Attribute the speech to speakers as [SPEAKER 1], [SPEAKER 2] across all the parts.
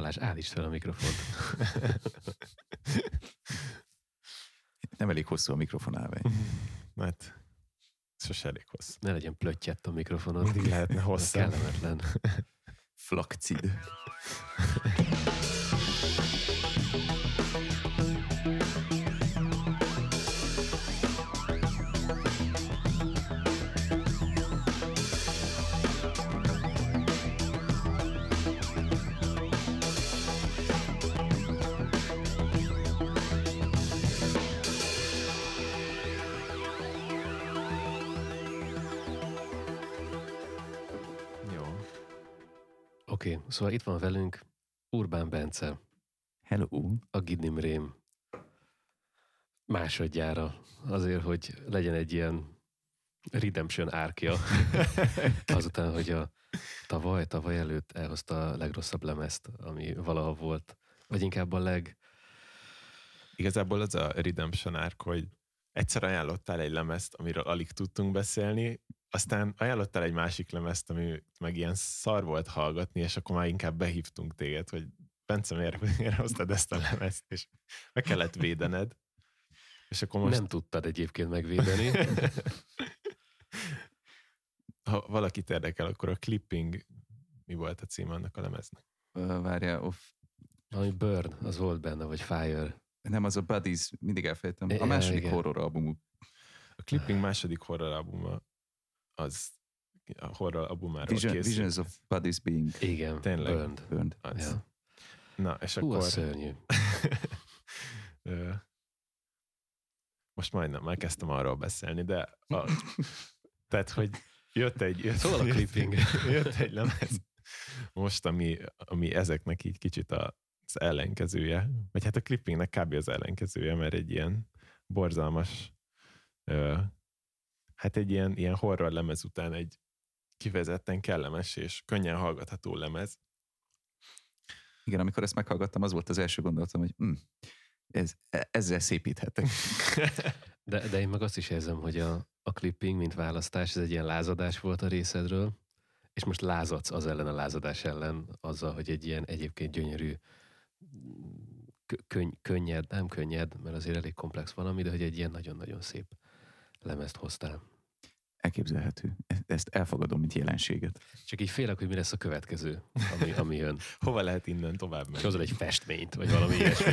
[SPEAKER 1] Balázs, állítsd fel a mikrofont.
[SPEAKER 2] Nem elég hosszú a mikrofonálvány.
[SPEAKER 3] Mert sose elég hosszú.
[SPEAKER 1] Ne legyen plöttyett a mikrofonod.
[SPEAKER 3] Mindig lehetne hosszabb.
[SPEAKER 1] Kellemetlen.
[SPEAKER 2] Flakcid.
[SPEAKER 1] Oké, szóval itt van velünk Urbán Bence,
[SPEAKER 2] Hello.
[SPEAKER 1] a Gidnim Rém másodjára, azért, hogy legyen egy ilyen redemption árkja, azután, hogy a tavaly előtt elhozta a legrosszabb lemezt, ami valaha volt, vagy inkább
[SPEAKER 3] Igazából az a redemption arc, hogy egyszer ajánlottál egy lemezt, amiről alig tudtunk beszélni, aztán ajánlottál egy másik lemezt, ami meg ilyen szar volt hallgatni, és akkor már inkább behívtunk téged, hogy Bence, miért hoztad ezt a lemezt, és meg kellett védened. És akkor most...
[SPEAKER 1] Nem tudtad egyébként megvédeni.
[SPEAKER 3] Ha valakit érdekel, akkor a Clipping, mi volt a cím annak a lemeznek?
[SPEAKER 2] Várjál,
[SPEAKER 1] Ami Burn, az volt benne, vagy Fire.
[SPEAKER 2] Nem, az a Buddies, mindig elfejtem. A második horror albumuk.
[SPEAKER 3] A Clipping második horror albuma, az a horror albumáról készült.
[SPEAKER 2] Visions of Buddies Being.
[SPEAKER 1] Igen,
[SPEAKER 3] tényleg.
[SPEAKER 2] Burned.
[SPEAKER 1] Ja.
[SPEAKER 3] Na, és
[SPEAKER 1] Hú,
[SPEAKER 3] akkor...
[SPEAKER 1] az szörnyű.
[SPEAKER 3] Most majdnem már kezdtem arról beszélni, de tehát, hogy jött egy lemez most, ami ezeknek így kicsit az ellenkezője, vagy hát a Clippingnek kb. Az ellenkezője, mert egy ilyen borzalmas, hát egy ilyen horror lemez után egy kifejezetten kellemes és könnyen hallgatható lemez.
[SPEAKER 2] Igen, amikor ezt meghallgattam, az volt az első gondolatom, hogy ezzel szépíthetek.
[SPEAKER 1] De én meg azt is érzem, hogy a Clipping, mint választás, ez egy ilyen lázadás volt a részedről, és most lázadsz az ellen a lázadás ellen, azzal, hogy egy ilyen egyébként gyönyörű, könnyed, nem könnyed, mert azért elég komplex valami, de hogy egy ilyen nagyon-nagyon szép lemezt hoztál.
[SPEAKER 2] Elképzelhető. Ezt elfogadom, mint jelenséget.
[SPEAKER 1] Csak így félek, hogy mi lesz a következő, ami jön.
[SPEAKER 3] Hova lehet innen tovább menni?
[SPEAKER 1] És hozzal egy festményt, vagy valami ilyesmi.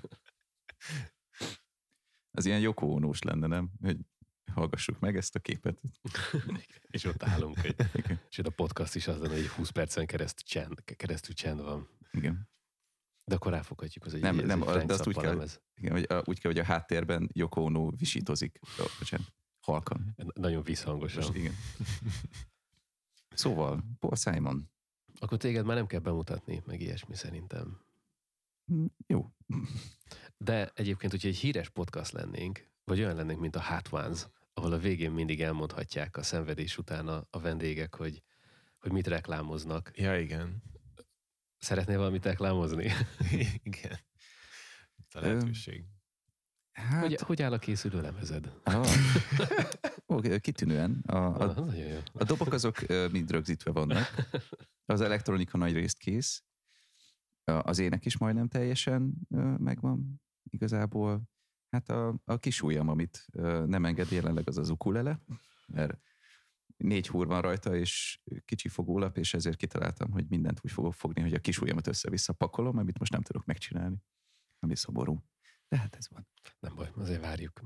[SPEAKER 2] Az ilyen Yoko Ono-s lenne, nem? Hogy hallgassuk meg ezt a képet.
[SPEAKER 1] És ott állunk. És a podcast is az lenne, hogy 20 percen keresztül csend van.
[SPEAKER 2] Igen.
[SPEAKER 1] De akkor ráfoghatjuk, az egy
[SPEAKER 2] nem, de azt úgy kell,
[SPEAKER 1] igen,
[SPEAKER 2] úgy kell, hogy a háttérben Yoko Ono visítozik. Bocsánat. Halkan.
[SPEAKER 1] Nagyon visszhangosan.
[SPEAKER 2] Most igen. Szóval, Paul Simon.
[SPEAKER 1] Akkor téged már nem kell bemutatni, meg ilyesmi szerintem.
[SPEAKER 2] Jó.
[SPEAKER 1] De egyébként, hogyha egy híres podcast lennénk, vagy olyan lennénk, mint a Hot Ones, ahol a végén mindig elmondhatják a szenvedés után a vendégek, hogy mit reklámoznak.
[SPEAKER 3] Ja, igen.
[SPEAKER 1] Szeretnél valamit reklámozni?
[SPEAKER 3] Igen. A lehetőség.
[SPEAKER 2] Hát...
[SPEAKER 1] Hogy áll a készülő lemezed?
[SPEAKER 2] Kitűnően. A dobok azok mind rögzítve vannak. Az elektronika nagy részt kész. Az ének is majdnem teljesen megvan. Igazából hát a kis ujjam, amit nem enged jelenleg, az ukulele, mert 4 húr van rajta, és kicsi fogólap, és ezért kitaláltam, hogy mindent úgy fogok fogni, hogy a kis ujjamat össze-vissza pakolom, amit most nem tudok megcsinálni. Ami szomorú. De hát ez van.
[SPEAKER 1] Nem baj, azért várjuk.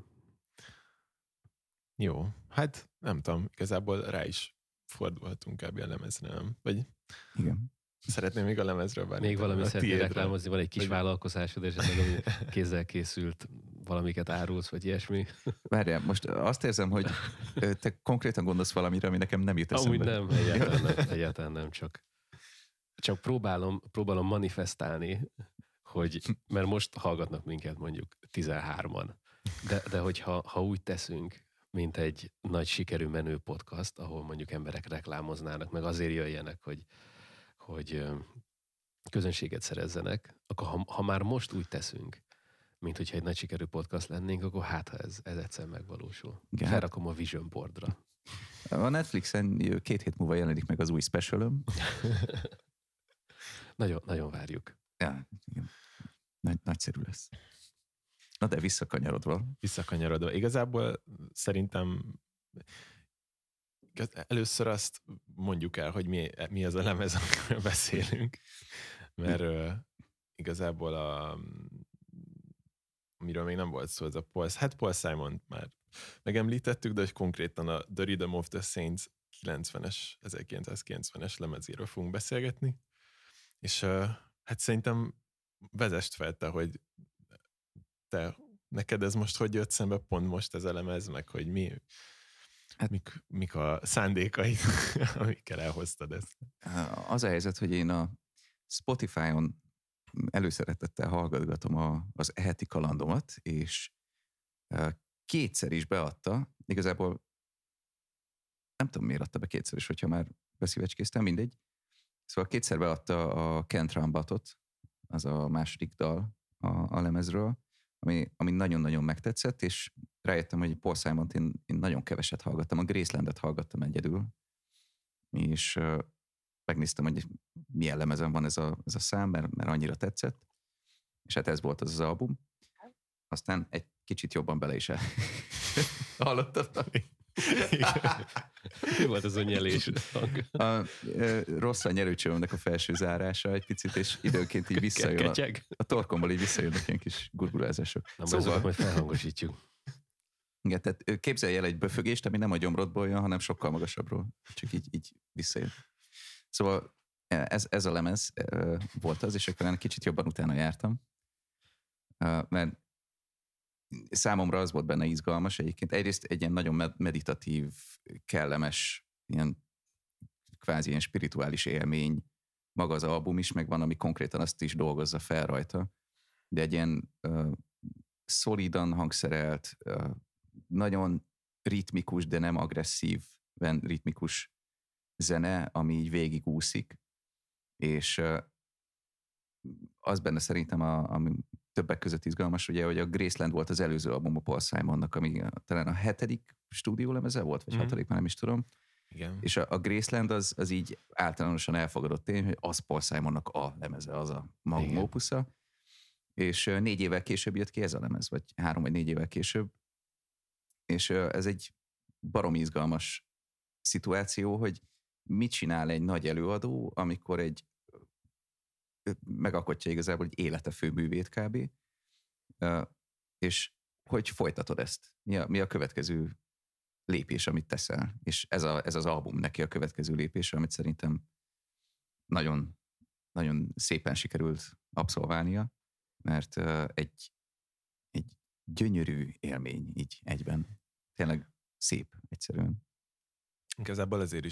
[SPEAKER 3] Jó, hát nem tudom, igazából rá is fordulhatunk kb. A lemezre, nem? Vagy
[SPEAKER 2] igen.
[SPEAKER 3] Szeretném még a lemezről várni.
[SPEAKER 1] Még valami szeretnél reklámozni, van egy kis vállalkozásod, és ami kézzel készült valamiket árulsz, vagy ilyesmi.
[SPEAKER 2] Várjál, most azt érzem, hogy te konkrétan gondolsz valamire, ami nekem nem jut eszembe.
[SPEAKER 1] Amúgy nem, egyáltalán nem, csak próbálom manifestálni, mert most hallgatnak minket mondjuk 13-an. De hogyha úgy teszünk, mint egy nagy sikerű menő podcast, ahol mondjuk emberek reklámoznának, meg azért jöjjenek, hogy közönséget szerezzenek, akkor ha már most úgy teszünk, mint hogyha egy nagy sikerű podcast lennénk, akkor hát ha ez egyszer megvalósul. Igen. Felrakom a Vision Boardra.
[SPEAKER 2] A Netflixen 2 hét múlva jelenik meg az új specialom.
[SPEAKER 1] Nagyon, nagyon várjuk.
[SPEAKER 2] Ja, igen. Nagyszerű lesz. Na de visszakanyarodva.
[SPEAKER 3] Igazából szerintem először azt mondjuk el, hogy mi az a lemez, amiről beszélünk. Mert igazából amiről még nem volt szó, ez a Paul Simon már megemlítettük, de hogy konkrétan a The Rhythm of the Saints 1990-es lemezéről fogunk beszélgetni. És hát szerintem vezest fel te, hogy neked ez most hogy jött szembe pont most ez a lemez, meg hogy mik a szándékaid, amikkel elhoztad ezt?
[SPEAKER 2] Az a helyzet, hogy én a Spotify-on előszeretettel hallgatgatom az heti kalandomat, és kétszer is beadta, igazából nem tudom, miért adta be kétszer is, hogyha már beszívecskéztem, mindegy. Szóval kétszer beadta a Can't Run But-ot, az a második dal a lemezről, ami nagyon-nagyon megtetszett, és rájöttem, hogy Paul Simont én nagyon keveset hallgattam, a Gracelandet hallgattam egyedül, és megnéztem, hogy milyen lemezen van ez a szám, mert annyira tetszett, és hát ez volt az album. Aztán egy kicsit jobban bele is hallottad.
[SPEAKER 1] Mi volt az a nyelés?
[SPEAKER 2] Rossz a nyerőcsövömnek a felső zárása egy picit, és időnként így visszajön. A torkomból így visszajönnek ilyen kis gurgulázások.
[SPEAKER 1] Szóval majd felhangosítjuk.
[SPEAKER 2] Igen, tehát képzelj el egy böfögést, ami nem a gyomrodból jön, hanem sokkal magasabbról. Csak így visszajön. Szóval ez a lemez volt az, és akkor kicsit jobban utána jártam. Mert számomra az volt benne izgalmas egyébként. Egyrészt egy ilyen nagyon meditatív, kellemes, ilyen kvázi ilyen spirituális élmény maga az album is, meg van, ami konkrétan azt is dolgozza fel rajta. De egy ilyen szolidan hangszerelt, nagyon ritmikus, de nem agresszíven ritmikus zene, ami így végigúszik, és az benne szerintem ami többek között izgalmas, ugye, hogy a Graceland volt az előző album a Paul Simonnak, ami talán a 7. stúdiólemeze volt, vagy 6., már nem is tudom.
[SPEAKER 3] Igen.
[SPEAKER 2] És a Graceland az így általánosan elfogadott tény, hogy az Paul Simonnak a lemeze, az a magnum opusza. És 4 évvel később jött ki ez a lemez, vagy 3 vagy 4 évvel később. És ez egy baromi izgalmas szituáció, hogy mit csinál egy nagy előadó, amikor megalkotja igazából egy élete főművét kb. És hogy folytatod ezt? Mi a következő lépés, amit teszel? És ez az album neki a következő lépése, amit szerintem nagyon, nagyon szépen sikerült abszolválnia, mert egy gyönyörű élmény így egyben. Tényleg szép egyszerűen.
[SPEAKER 3] Igazából azért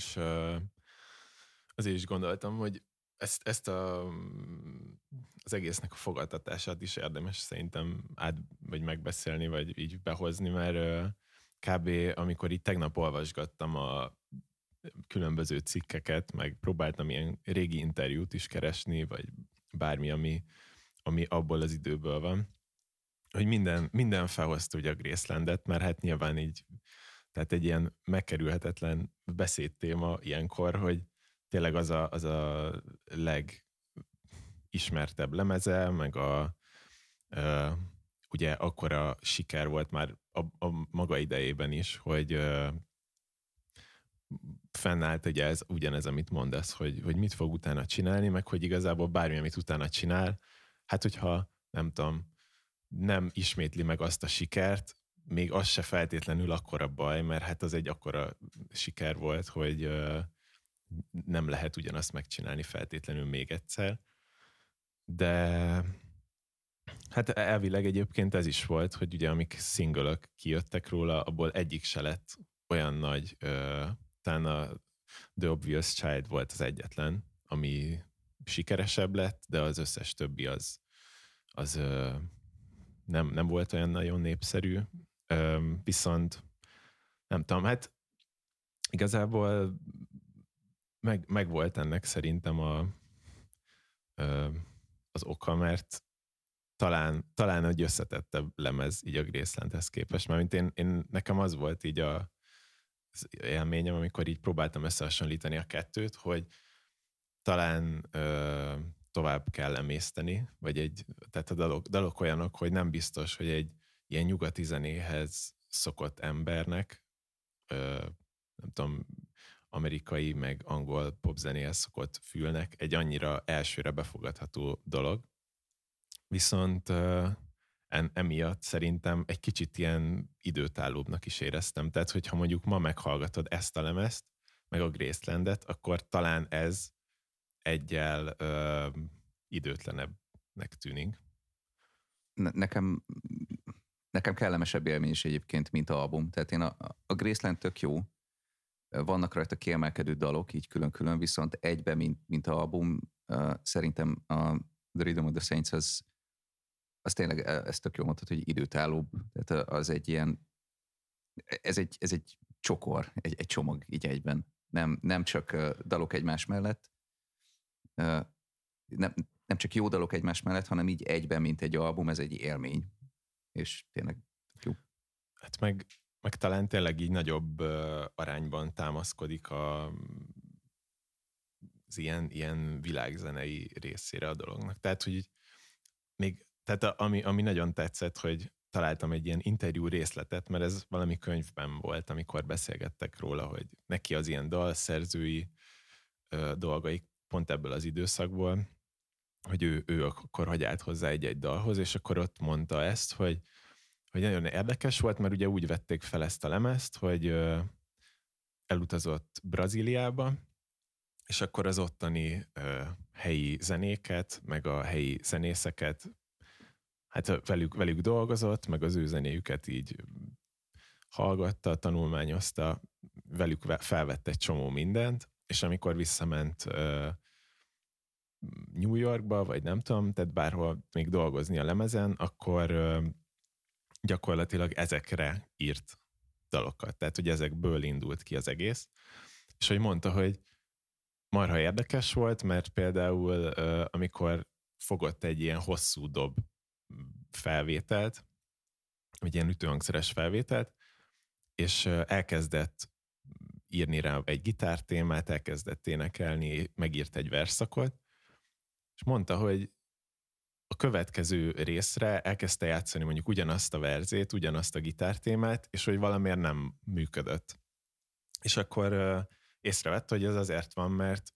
[SPEAKER 3] is gondoltam, hogy ezt az egésznek a fogadtatását is érdemes szerintem vagy megbeszélni, vagy így behozni, mert kb. Amikor így tegnap olvasgattam a különböző cikkeket, meg próbáltam ilyen régi interjút is keresni, vagy bármi, ami abból az időből van, hogy minden felhozta ugye a Gracelandet, mert hát nyilván így, tehát egy ilyen megkerülhetetlen beszédtéma ilyenkor, hogy tényleg az a legismertebb lemeze, meg ugye akkora siker volt már a maga idejében is, hogy fennállt ugye ugyanez, amit mondasz, hogy mit fog utána csinálni, meg hogy igazából bármi, amit utána csinál, hát hogyha nem tudom, nem ismétli meg azt a sikert, még az se feltétlenül akkora baj, mert hát az egy akkora siker volt, hogy nem lehet ugyanazt megcsinálni feltétlenül még egyszer. De hát elvileg egyébként ez is volt, hogy ugye amik single-ök kijöttek róla, abból egyik se lett olyan nagy, talán a The Obvious Child volt az egyetlen, ami sikeresebb lett, de az összes többi az nem volt olyan nagyon népszerű. Viszont nem tudom, hát igazából meg volt ennek szerintem az oka, mert talán egy összetettebb lemez így a Gracelandhez képest, mert nekem az volt így az élményem, amikor így próbáltam összehasonlítani a kettőt, hogy talán tovább kell emészteni, vagy tehát a dalok olyanok, hogy nem biztos, hogy egy ilyen nyugati zenéhez szokott embernek, nem tudom, amerikai meg angol popzenéhez szokott fülnek egy annyira elsőre befogadható dolog. Viszont emiatt szerintem egy kicsit ilyen időtállóbbnak is éreztem. Tehát, hogyha mondjuk ma meghallgatod ezt a lemezt, meg a Gracelandet, akkor talán ez egyel időtlenebbnek tűnik.
[SPEAKER 2] Nekem kellemesebb élmény is egyébként, mint album. Tehát én a Graceland tök jó. Vannak rajta kiemelkedő dalok, így külön-külön, viszont egyben, mint album, szerintem a The Rhythm of the Saints az tényleg, ezt tök jól mondtad, hogy időtállóbb. Tehát az egy ilyen, ez egy csokor, egy csomag így egyben. Nem csak dalok egymás mellett, nem csak jó dalok egymás mellett, hanem így egyben, mint egy album, ez egy élmény. És tényleg jó.
[SPEAKER 3] Hát meg talán tényleg így nagyobb arányban támaszkodik az ilyen világzenei részére a dolognak. Tehát, hogy ami nagyon tetszett, hogy találtam egy ilyen interjú részletet, mert ez valami könyvben volt, amikor beszélgettek róla, hogy neki az ilyen dalszerzői dolgaik pont ebből az időszakból, hogy ő akkor hagy át hozzá egy dalhoz, és akkor ott mondta ezt, hogy nagyon érdekes volt, mert ugye úgy vették fel ezt a lemezt, hogy elutazott Brazíliába, és akkor az ottani helyi zenéket, meg a helyi zenészeket, hát velük dolgozott, meg az ő zenéjüket így hallgatta, tanulmányozta, velük felvett egy csomó mindent, és amikor visszament New Yorkba, vagy nem tudom, tehát bárhol még dolgozni a lemezen, akkor gyakorlatilag ezekre írt dalokat. Tehát, hogy ezekből indult ki az egész. És hogy mondta, hogy marha érdekes volt, mert például amikor fogott egy ilyen hosszú dob felvételt, egy ilyen ütőhangszeres felvételt, és elkezdett írni rá egy gitártémát, elkezdett énekelni, megírt egy versszakot, és mondta, hogy a következő részre elkezdte játszani mondjuk ugyanazt a verzét, ugyanazt a gitártémát, és hogy valamiért nem működött. És akkor észrevette, hogy ez azért van, mert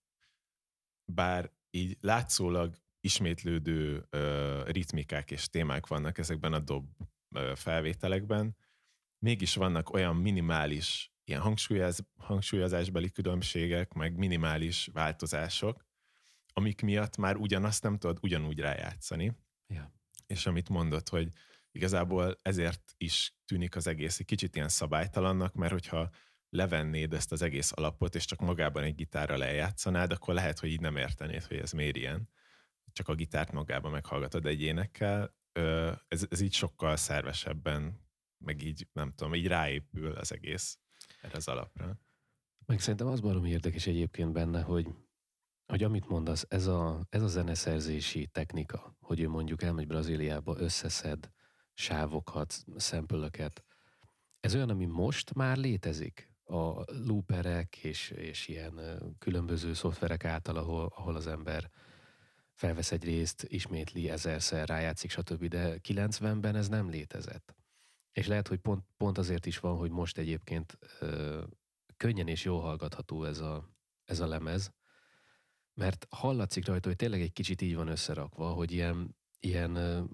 [SPEAKER 3] bár így látszólag ismétlődő ritmikák és témák vannak ezekben a dob felvételekben, mégis vannak olyan minimális ilyen hangsúlyozásbeli különbségek, meg minimális változások, amik miatt már ugyanazt nem tudod ugyanúgy rájátszani.
[SPEAKER 1] Yeah.
[SPEAKER 3] És amit mondott, hogy igazából ezért is tűnik az egész egy kicsit ilyen szabálytalannak, mert hogyha levennéd ezt az egész alapot, és csak magában egy gitárral eljátszanád, akkor lehet, hogy így nem értenéd, hogy ez miért ilyen. Csak a gitárt magában meghallgatod egy énekkel. Ez így sokkal szervesebben, meg így, nem tudom, így ráépül az egész erre az alapra.
[SPEAKER 1] Meg szerintem az baromi érdekes egyébként benne, hogy amit mondasz, ez a zeneszerzési technika, hogy ő mondjuk elmegy Brazíliába, összeszed sávokat, szempölöket. Ez olyan, ami most már létezik. A looperek és ilyen különböző szoftverek által, ahol az ember felvesz egy részt, ismétli ezerszer, rájátszik, stb. De 90-ben ez nem létezett. És lehet, hogy pont azért is van, hogy most egyébként könnyen és jól hallgatható ez a lemez, mert hallatszik rajta, hogy tényleg egy kicsit így van összerakva, hogy ilyen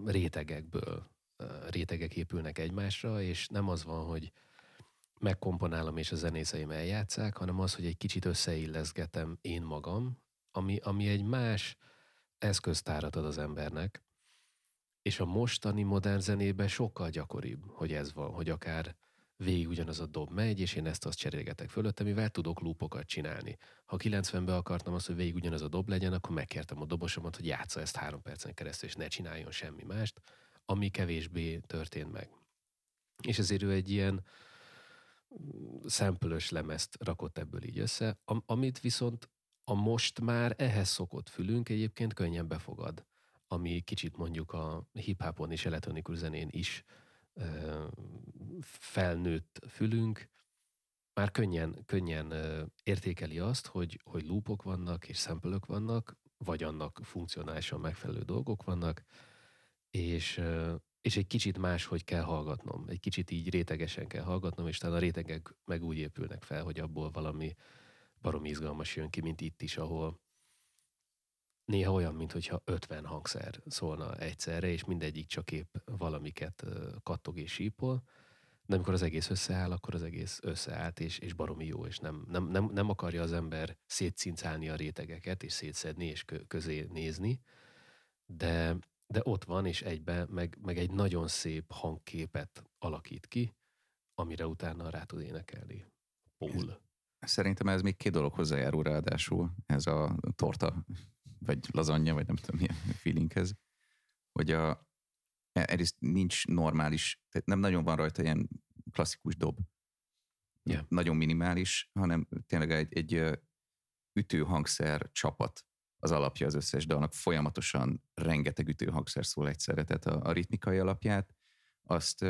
[SPEAKER 1] rétegek épülnek egymásra, és nem az van, hogy megkomponálom és a zenészeim eljátszák, hanem az, hogy egy kicsit összeilleszgetem én magam, ami egy más eszköztárat ad az embernek, és a mostani modern zenében sokkal gyakoribb, hogy ez van, hogy akár végig ugyanaz a dob megy, és én ezt-azt cserélgetek fölötte, mivel tudok loopokat csinálni. Ha 90-ben akartam azt, hogy végig ugyanaz a dob legyen, akkor megkértem a dobosomat, hogy játsza ezt 3 percen keresztül, és ne csináljon semmi mást, ami kevésbé történt meg. És ezért ő egy ilyen szempölös lemezt rakott ebből így össze, amit viszont a most már ehhez szokott fülünk egyébként könnyen befogad, ami kicsit mondjuk a hip-hopon és elektronikus zenén is felnőtt fülünk, már könnyen értékeli azt, hogy loopok vannak és szempölök vannak, vagy annak funkcionálisan megfelelő dolgok vannak, és egy kicsit máshogy kell hallgatnom. Egy kicsit így rétegesen kell hallgatnom, és talán a rétegek meg úgy épülnek fel, hogy abból valami baromi izgalmas jön ki, mint itt is, ahol néha olyan, mintha 50 hangszer szólna egyszerre, és mindegyik csak épp valamiket kattog és sípol, de amikor az egész összeáll, akkor az egész összeállt, és baromi jó, és nem akarja az ember szétcincálni a rétegeket, és szétszedni, és közé nézni, de ott van, és egybe meg egy nagyon szép hangképet alakít ki, amire utána rá tud énekelni. Paul.
[SPEAKER 2] Szerintem ez még 2 dolog hozzájárul ráadásul, ez a torta, vagy lazanya, vagy nem tudom milyen feelinghez, hogy egyrészt nincs normális, tehát nem nagyon van rajta ilyen klasszikus dob.
[SPEAKER 1] Yeah.
[SPEAKER 2] Nagyon minimális, hanem tényleg egy ütőhangszer csapat az alapja az összes dalnak. Folyamatosan rengeteg ütőhangszer szól egyszerre, tehát a ritmikai alapját, azt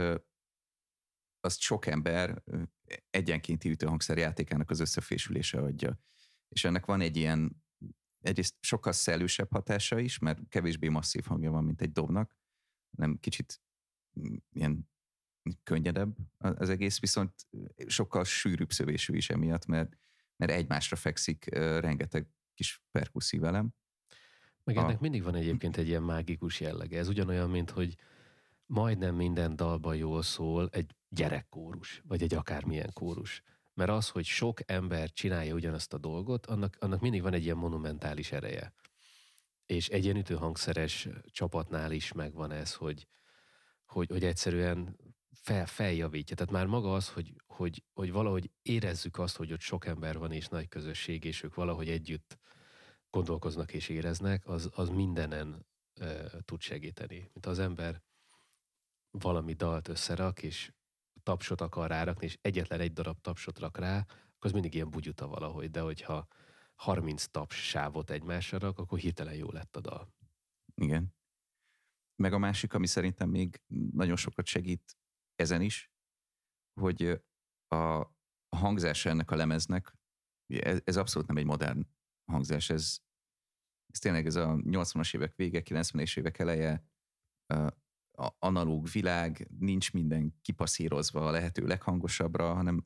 [SPEAKER 2] sok ember egyenkénti ütőhangszer játékának az összefésülése adja. És ennek van egy ilyen, egyrészt sokkal szellősebb hatása is, mert kevésbé masszív hangja van, mint egy dobnak, hanem kicsit ilyen könnyedebb az egész, viszont sokkal sűrűbb szövésű is emiatt, mert egymásra fekszik rengeteg kis perkusszív elem.
[SPEAKER 1] Meg ennek mindig van egyébként egy ilyen mágikus jellege. Ez ugyanolyan, mint hogy majdnem minden dalban jól szól egy gyerekkórus, vagy egy akármilyen kórus. Mert az, hogy sok ember csinálja ugyanazt a dolgot, annak mindig van egy ilyen monumentális ereje. És egy ilyen ütőhangszeres csapatnál is megvan ez, hogy egyszerűen feljavítja. Tehát már maga az, hogy valahogy érezzük azt, hogy ott sok ember van és nagy közösség, és ők valahogy együtt gondolkoznak és éreznek, az mindenen tud segíteni. Mint az ember valami dalt összerak, és tapsot akar rárakni, és egyetlen egy darab tapsot rak rá, akkor az mindig ilyen bugyuta valahogy, de hogyha 30 taps sávot egymásra rak, akkor hirtelen jó lett a dal.
[SPEAKER 2] Igen. Meg a másik, ami szerintem még nagyon sokat segít ezen is, hogy a hangzása ennek a lemeznek, ez abszolút nem egy modern hangzás, ez tényleg ez a 80-as évek vége, 90-es évek eleje, analóg világ, nincs minden kipasszírozva a lehető leghangosabbra, hanem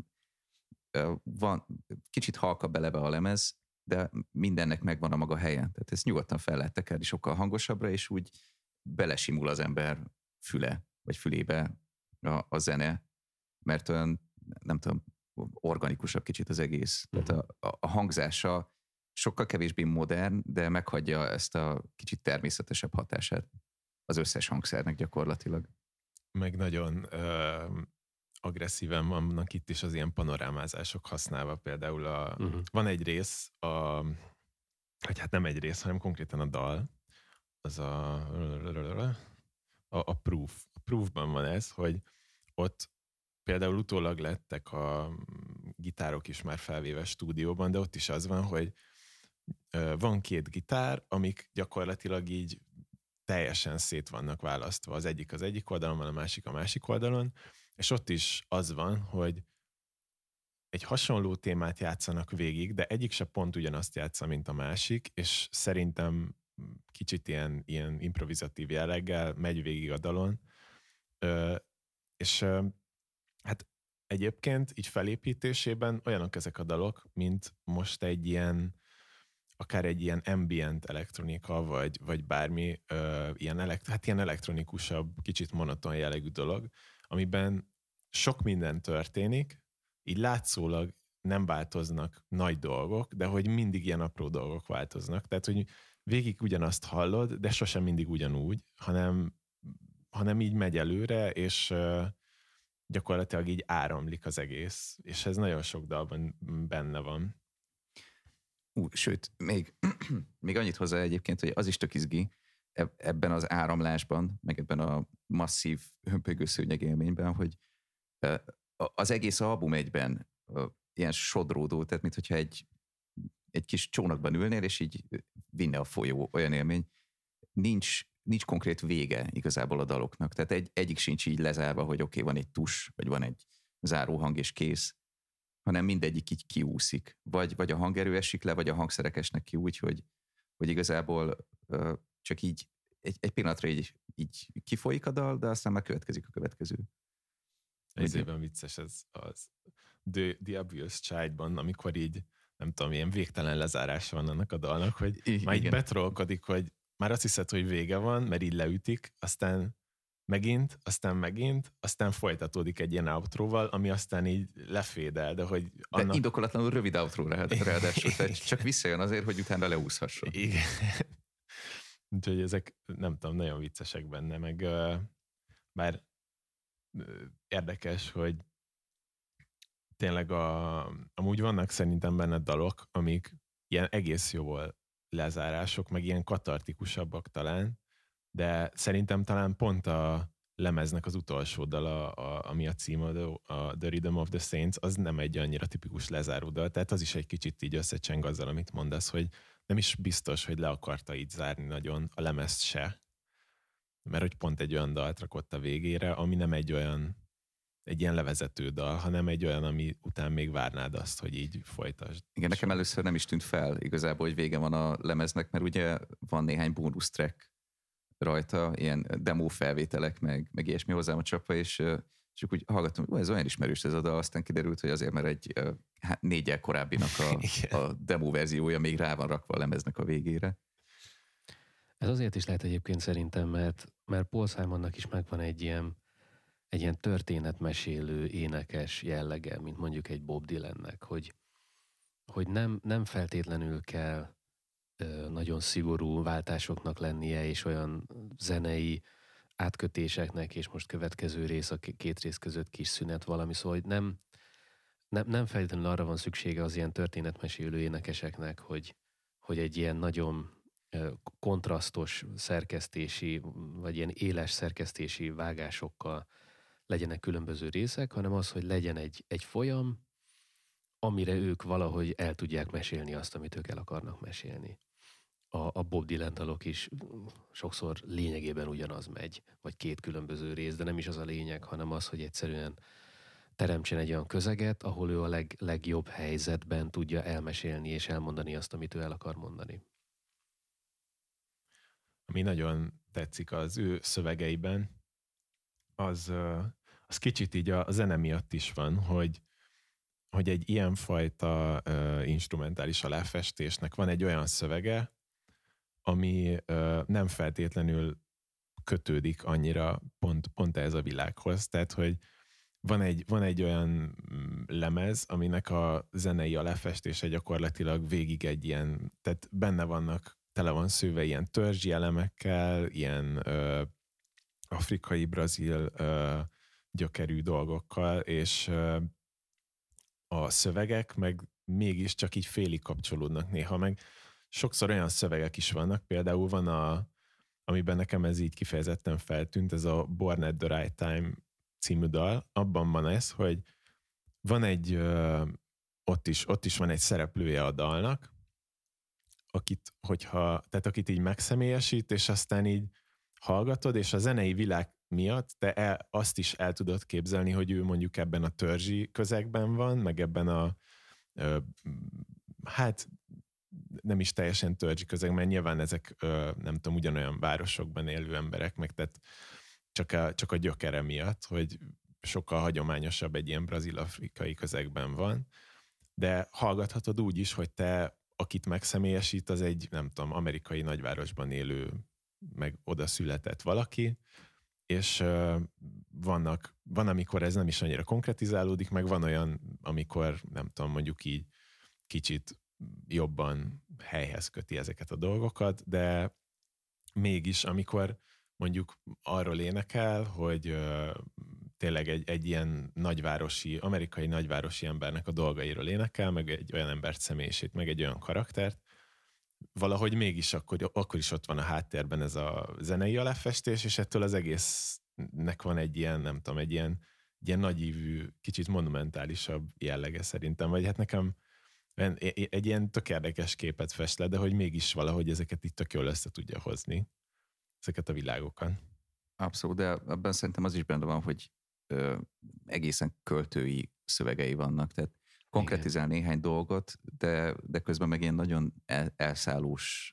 [SPEAKER 2] van, kicsit halkabb eleve a lemez, de mindennek megvan a maga helye. Tehát ezt nyugodtan fel lehet tekerni sokkal hangosabbra, és úgy belesimul az ember füle, vagy fülébe a zene, mert olyan, nem tudom, organikusabb kicsit az egész. Tehát a hangzása sokkal kevésbé modern, de meghagyja ezt a kicsit természetesebb hatását az összes hangszernek gyakorlatilag.
[SPEAKER 3] Meg nagyon agresszíven vannak itt is az ilyen panorámázások használva. Például van egy rész, vagy hát nem egy rész, hanem konkrétan a dal, az a Proof. A Proofban van ez, hogy ott például utólag lettek a gitárok is már felvéve stúdióban, de ott is az van, hogy van 2 gitár, amik gyakorlatilag így teljesen szét vannak választva. Az egyik oldalon van, a másik oldalon, és ott is az van, hogy egy hasonló témát játszanak végig, de egyik se pont ugyanazt játsza, mint a másik, és szerintem kicsit ilyen improvizatív jelleggel megy végig a dalon. És hát egyébként így felépítésében olyanok ezek a dalok, mint most akár egy ilyen ambient elektronika, vagy bármi ilyen elektronikusabb, kicsit monoton jellegű dolog, amiben sok minden történik, így látszólag nem változnak nagy dolgok, de hogy mindig ilyen apró dolgok változnak. Tehát, hogy végig ugyanazt hallod, de sosem mindig ugyanúgy, hanem így megy előre, és gyakorlatilag így áramlik az egész. És ez nagyon sok dalban benne van.
[SPEAKER 2] Sőt, még annyit hozzá egyébként, hogy az is tök izgi ebben az áramlásban, meg ebben a masszív hömpölygő szőnyeg élményben, hogy az egész album egyben ilyen sodródó, tehát mintha egy kis csónakban ülnél, és így vinne a folyó, olyan élmény. Nincs konkrét vége igazából a daloknak, tehát egyik sincs így lezárva, hogy oké, van egy tus, vagy van egy záróhang és kész, hanem mindegyik így kiúszik. Vagy a hangerő esik le, vagy a hangszerek esnek ki úgy, hogy hogy igazából csak így egy pillanatra így kifolyik a dal, de aztán már következik a következő.
[SPEAKER 3] Ezében vicces ez az The Obvious Child-ban, amikor így nem tudom, ilyen végtelen lezárása van annak a dalnak, hogy már így betrollkodik, hogy már azt hiszed, hogy vége van, mert így leütik, aztán megint, aztán folytatódik egy ilyen outróval, ami aztán így lefédel, de hogy
[SPEAKER 2] annak... De indokolatlanul rövid outro ráadásul, tehát csak visszajön azért, hogy utána leúszhasson.
[SPEAKER 3] Igen. Úgyhogy ezek, nem tudom, nagyon viccesek benne, meg bár érdekes, hogy tényleg amúgy vannak szerintem benne dalok, amik ilyen egész jól lezárások, meg ilyen katartikusabbak talán, de szerintem talán pont a lemeznek az utolsó dala, ami a címe, a The Rhythm of the Saints, az nem egy annyira tipikus lezáró dal, tehát az is egy kicsit így összecseng azzal, amit mondasz, hogy nem is biztos, hogy le akarta így zárni nagyon a lemezt se, mert hogy pont egy olyan dalt rakott a végére, ami nem egy ilyen levezető dal, hanem egy olyan, ami után még várnád azt, hogy így folytasd.
[SPEAKER 2] Igen, nekem először nem is tűnt fel igazából, hogy vége van a lemeznek, mert ugye van néhány bónusz track rajta, ilyen demo felvételek, meg ilyesmi hozzám a csapva, és úgy hallgattam, hogy ez olyan ismerős ez a dal, aztán kiderült, hogy azért, mert egy 4-jel korábbinak a demo verziója még rá van rakva a lemeznek a végére.
[SPEAKER 1] Ez azért is lehet egyébként szerintem, mert Paul Simonnak is megvan egy ilyen történetmesélő, énekes jellege, mint mondjuk egy Bob Dylannek, hogy nem feltétlenül kell nagyon szigorú váltásoknak lennie, és olyan zenei átkötéseknek, és most következő rész a két rész között kis szünet valami, szóval hogy nem feltétlenül arra van szüksége az ilyen történetmesélő énekeseknek, hogy egy ilyen nagyon kontrasztos szerkesztési, vagy ilyen éles szerkesztési vágásokkal legyenek különböző részek, hanem az, hogy legyen egy folyam, amire ők valahogy el tudják mesélni azt, amit ők el akarnak mesélni. A Bob Dylan dalok is sokszor lényegében ugyanaz megy, vagy két különböző rész, de nem is az a lényeg, hanem az, hogy egyszerűen teremtsen egy olyan közeget, ahol ő a legjobb helyzetben tudja elmesélni és elmondani azt, amit ő el akar mondani.
[SPEAKER 3] Ami nagyon tetszik az ő szövegeiben, az kicsit így a zene miatt is van, hogy egy ilyenfajta instrumentális aláfestésnek van egy olyan szövege, ami nem feltétlenül kötődik annyira pont ez a világhoz. Tehát, hogy van egy olyan lemez, aminek a zenei aláfestése gyakorlatilag végig egy ilyen, tehát benne vannak, tele van szőve ilyen törzsi elemekkel, ilyen afrikai, brazil gyökerű dolgokkal, és a szövegek meg mégiscsak így félig kapcsolódnak néha, meg sokszor olyan szövegek is vannak, például van amiben nekem ez így kifejezetten feltűnt, ez a Born at the Right Time című dal, abban van ez, hogy van egy, ott is van egy szereplője a dalnak, akit így megszemélyesít, és aztán így hallgatod, és a zenei világ miatt te azt is el tudod képzelni, hogy ő mondjuk ebben a törzsi közegben van, meg ebben hát nem is teljesen törzsi közeg, mert nyilván ezek nem tudom, ugyanolyan városokban élő emberek, meg tehát csak a gyökere miatt, hogy sokkal hagyományosabb egy ilyen brazil-afrikai közegben van, de hallgathatod úgy is, hogy te, akit megszemélyesít, az egy, nem tudom, amerikai nagyvárosban élő, meg oda született valaki, és van, amikor ez nem is annyira konkretizálódik, meg van olyan, amikor, nem tudom, mondjuk így kicsit jobban helyhez köti ezeket a dolgokat, de mégis, amikor mondjuk arról énekel, hogy tényleg egy ilyen nagyvárosi, amerikai nagyvárosi embernek a dolgairól énekel, meg egy olyan embert személyisét, meg egy olyan karaktert, valahogy mégis akkor is ott van a háttérben ez a zenei aláfestés, és ettől az egésznek van egy ilyen, nem tudom, egy ilyen nagyívű, kicsit monumentálisabb jellege szerintem, vagy hát nekem egy ilyen tök érdekes képet fest le, de hogy mégis valahogy ezeket itt tök jól össze tudja hozni, ezeket a világokat.
[SPEAKER 2] Abszolút, de abban szerintem az is benne van, hogy egészen költői szövegei vannak, tehát konkretizál néhány dolgot, de közben meg ilyen nagyon elszállós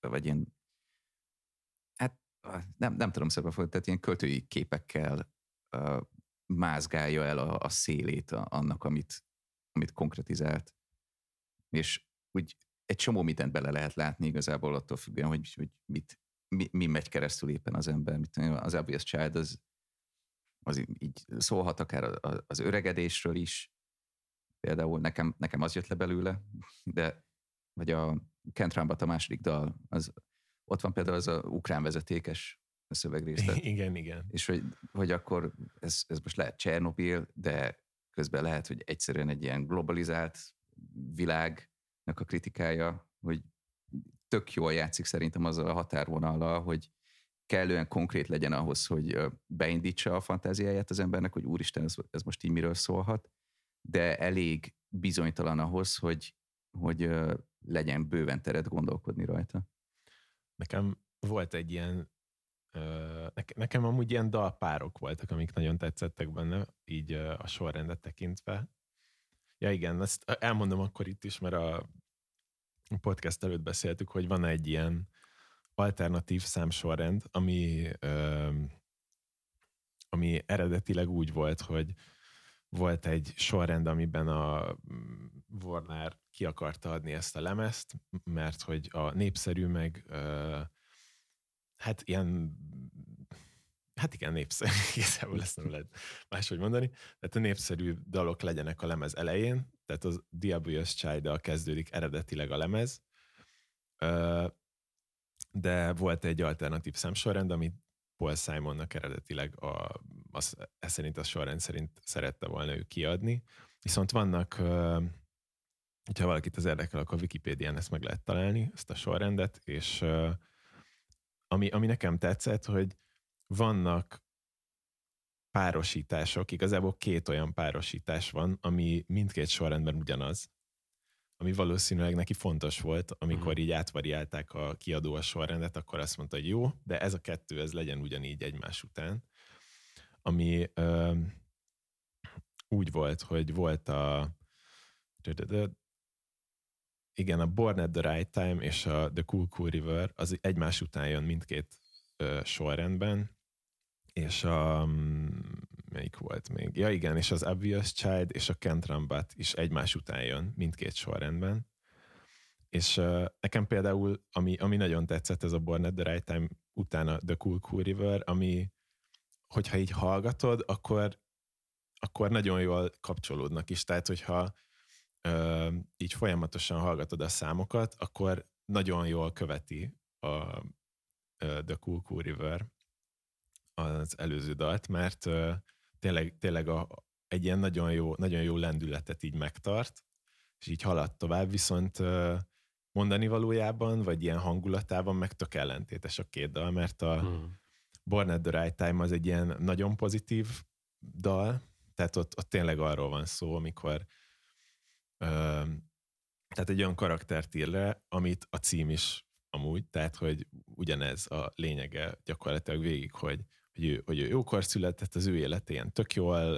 [SPEAKER 2] vagy ilyen, hát nem tudom szépen fogni, tehát ilyen költői képekkel mázgálja el a szélét annak, amit konkretizált. És úgy egy csomó mindent bele lehet látni igazából attól függően, hogy mi megy keresztül éppen az ember. Az Obvious Child az így szólhat akár az öregedésről is. Például nekem az jött le belőle, de vagy a Kent Rumbat a második dal, ott van például az a ukrán vezetékes szövegrész.
[SPEAKER 3] Igen.
[SPEAKER 2] És hogy akkor ez most lehet Csernobil, de közben lehet, hogy egyszerűen egy ilyen globalizált világnak a kritikája, hogy tök jól játszik szerintem azzal a határvonallal, hogy kellően konkrét legyen ahhoz, hogy beindítsa a fantáziáját az embernek, hogy úristen, ez most így miről szólhat, de elég bizonytalan ahhoz, hogy legyen bőven teret gondolkodni rajta.
[SPEAKER 3] Nekem volt egy ilyen, nekem amúgy ilyen dalpárok voltak, amik nagyon tetszettek benne, így a sorrendet tekintve. Ja igen, ezt elmondom akkor itt is, mert a podcast előtt beszéltük, hogy van egy ilyen alternatív számsorrend, ami eredetileg úgy volt, hogy volt egy sorrend, amiben a Warner ki akarta adni ezt a lemezt, mert hogy a népszerű meg igen, népszerű, igazából ezt nem lehet máshogy mondani, tehát a népszerű dalok legyenek a lemez elején, tehát az The Obvious Child-dal kezdődik eredetileg a lemez, de volt egy alternatív számsorrend, amit Paul Simonnak eredetileg ez szerint a sorrend szerint szerette volna ő kiadni. Viszont vannak, hogyha valakit az érdekel, akkor a Wikipédián ezt meg lehet találni, ezt a sorrendet, és ami nekem tetszett, hogy vannak párosítások, igazából 2 olyan párosítás van, ami mindkét sorrendben ugyanaz, ami valószínűleg neki fontos volt, amikor így átvariálták a kiadó a sorrendet, akkor azt mondta, hogy jó, de ez a 2, ez legyen ugyanígy egymás után. Ami úgy volt, hogy volt a Born at the Right Time és a The Cool Cool River, az egymás után jön mindkét sorrendben, és melyik volt még? Ja igen, és az Obvious Child és a Kent Rumbat is egymás után jön mindkét sorrendben. És nekem például, ami nagyon tetszett, ez a Born at the Right Time utána The Cool Cool River, ami, hogyha így hallgatod, akkor nagyon jól kapcsolódnak is. Tehát, hogyha így folyamatosan hallgatod a számokat, akkor nagyon jól követi a The Cool Cool River az előző dalt, mert tényleg egy ilyen nagyon jó lendületet így megtart, és így halad tovább, viszont mondani valójában, vagy ilyen hangulatában meg tök ellentétes a 2 dal, mert a Born at the Right Time az egy ilyen nagyon pozitív dal, tehát ott tényleg arról van szó, amikor tehát egy olyan karaktert ír le, amit a cím is amúgy, tehát hogy ugyanez a lényege gyakorlatilag végig, hogy ő jókor született, az ő életén tök jól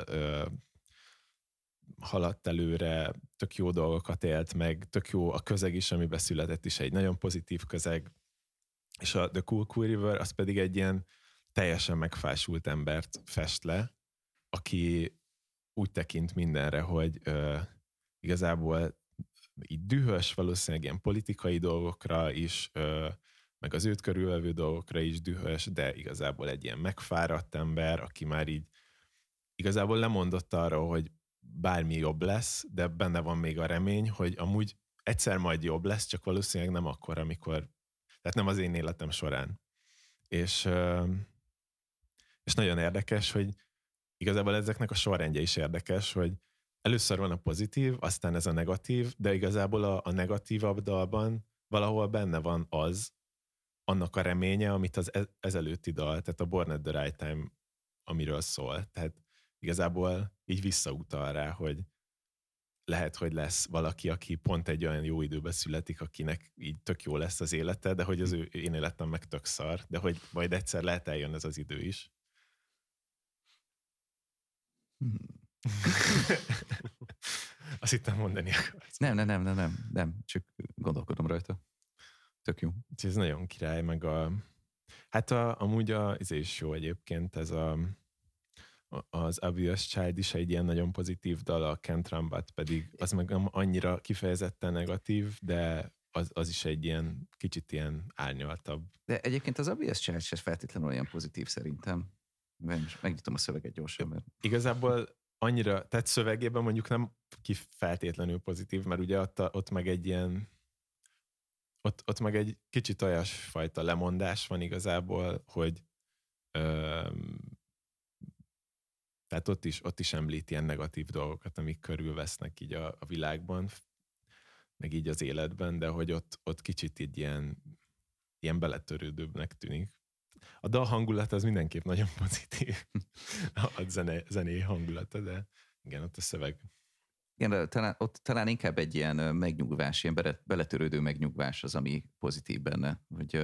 [SPEAKER 3] haladt előre, tök jó dolgokat élt meg, tök jó a közeg is, amiben született is egy nagyon pozitív közeg, és a The Cool Cool River az pedig egy ilyen teljesen megfásult embert fest le, aki úgy tekint mindenre, hogy igazából így dühös, valószínűleg ilyen politikai dolgokra is, meg az őt körülvevő dolgokra is dühös, de igazából egy ilyen megfáradt ember, aki már így igazából lemondott arra, hogy bármi jobb lesz, de benne van még a remény, hogy amúgy egyszer majd jobb lesz, csak valószínűleg nem akkor, amikor, tehát nem az én életem során. És nagyon érdekes, hogy igazából ezeknek a sorrendje is érdekes, hogy először van a pozitív, aztán ez a negatív, de igazából a negatívabb dalban valahol benne van annak a reménye, amit az ezelőtti dal, tehát a Born at the Right Time, amiről szól. Tehát igazából így visszautal rá, hogy lehet, hogy lesz valaki, aki pont egy olyan jó időben születik, akinek így tök jó lesz az élete, de hogy az én életem meg tök szar, de hogy majd egyszer lehet eljön ez az idő is. Azt hittem mondani akarsz.
[SPEAKER 2] Nem, csak gondolkodom rajta. Tök jó.
[SPEAKER 3] Ez nagyon király, meg amúgy ez is jó egyébként, ez az Obvious Child is egy ilyen nagyon pozitív dal, a Can't Run But pedig az meg annyira kifejezetten negatív, de az is egy ilyen kicsit ilyen árnyaltabb.
[SPEAKER 2] De egyébként az Obvious Child sem feltétlenül olyan pozitív szerintem. Most megnyitom a szöveget gyorsan, mert...
[SPEAKER 3] Igazából annyira, tehát szövegében mondjuk nem feltétlenül pozitív, mert ugye ott meg egy ilyen ott meg egy kicsit olyasfajta lemondás van igazából, hogy tehát ott is említ ilyen negatív dolgokat, amik körülvesznek így a világban, meg így az életben, de hogy ott kicsit így ilyen beletörődőbbnek tűnik. A dal hangulata az mindenképp nagyon pozitív. A zené hangulata, de igen, ott a szöveg.
[SPEAKER 2] Igen, talán inkább egy ilyen megnyugvás, ilyen beletörődő megnyugvás az, ami pozitív benne.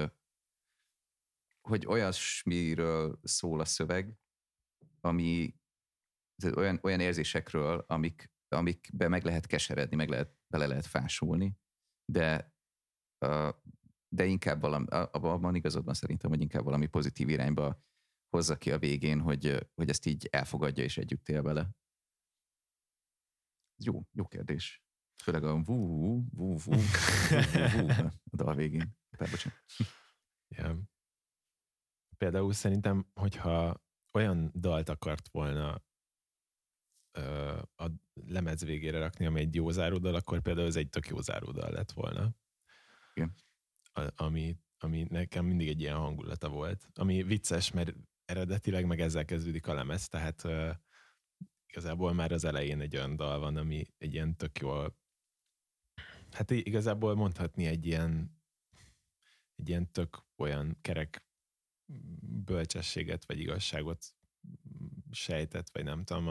[SPEAKER 2] Hogy olyasmiről szól a szöveg, ami olyan érzésekről, amikbe meg lehet keseredni, bele lehet fásulni, de inkább abban igazodban szerintem, hogy inkább valami pozitív irányba hozza ki a végén, hogy ezt így elfogadja és együtt él vele. Jó kérdés. Főleg a vú a dal végén.
[SPEAKER 3] Yeah. Például szerintem, hogyha olyan dalt akart volna a lemez végére rakni, ami egy jó záródal, akkor például ez egy tök jó záródal lett volna.
[SPEAKER 2] Igen.
[SPEAKER 3] Ami nekem mindig egy ilyen hangulata volt. Ami vicces, mert eredetileg meg ezzel kezdődik a lemez, tehát igazából már az elején egy olyan dal van, ami egy ilyen tök jól, hát igazából mondhatni egy ilyen tök olyan kerek bölcsességet, vagy igazságot sejtett, vagy nem tudom,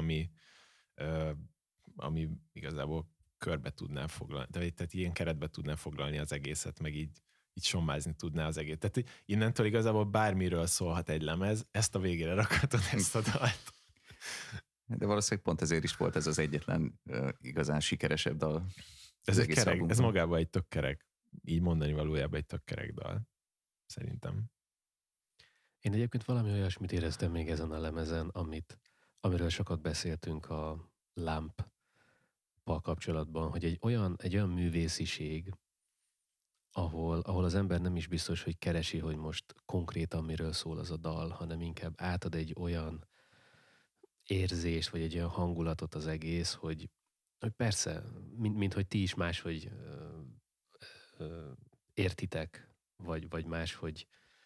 [SPEAKER 3] ami igazából körbe tudná foglalni, tehát ilyen keretbe tudná foglalni az egészet, meg így sommázni tudná az egész. Tehát innentől igazából bármiről szólhat egy lemez, ezt a végére rakhatod, ezt a dalt.
[SPEAKER 2] De valószínűleg pont ezért is volt ez az egyetlen igazán sikeresebb dal.
[SPEAKER 3] Ez egy kerek, ez magában egy tök kerek. Így mondani valójában egy tök kerek dal. Szerintem.
[SPEAKER 1] Én egyébként valami olyasmit éreztem még ezen a lemezen, amiről sokat beszéltünk a Lamp-pal kapcsolatban, hogy egy olyan művésziség, ahol az ember nem is biztos, hogy keresi, hogy most konkrétan miről szól az a dal, hanem inkább átad egy olyan érzést, vagy egy olyan hangulatot az egész, hogy persze, mint hogy ti is máshogy értitek, vagy máshogy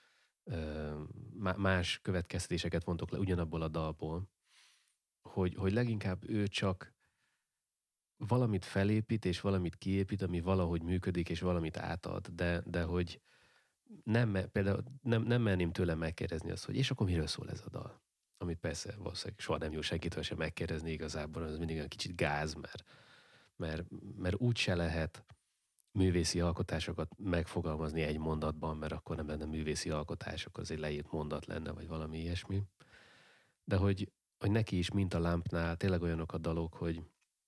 [SPEAKER 1] más következtetéseket vontok le ugyanabból a dalból, hogy leginkább ő csak valamit felépít, és valamit kiépít, ami valahogy működik, és valamit átad, de hogy például nem merném tőle megkérdezni azt, hogy és akkor miről szól ez a dal? Amit persze valószínűleg soha nem jó senkitől sem megkérdezni igazából, az mindig olyan kicsit gáz, mert úgy se lehet művészi alkotásokat megfogalmazni egy mondatban, mert akkor nem lenne művészi alkotás, akkor az egy leírt mondat lenne, vagy valami ilyesmi. De hogy neki is, mint a Lámpnál, tényleg olyanok a dalok, hogy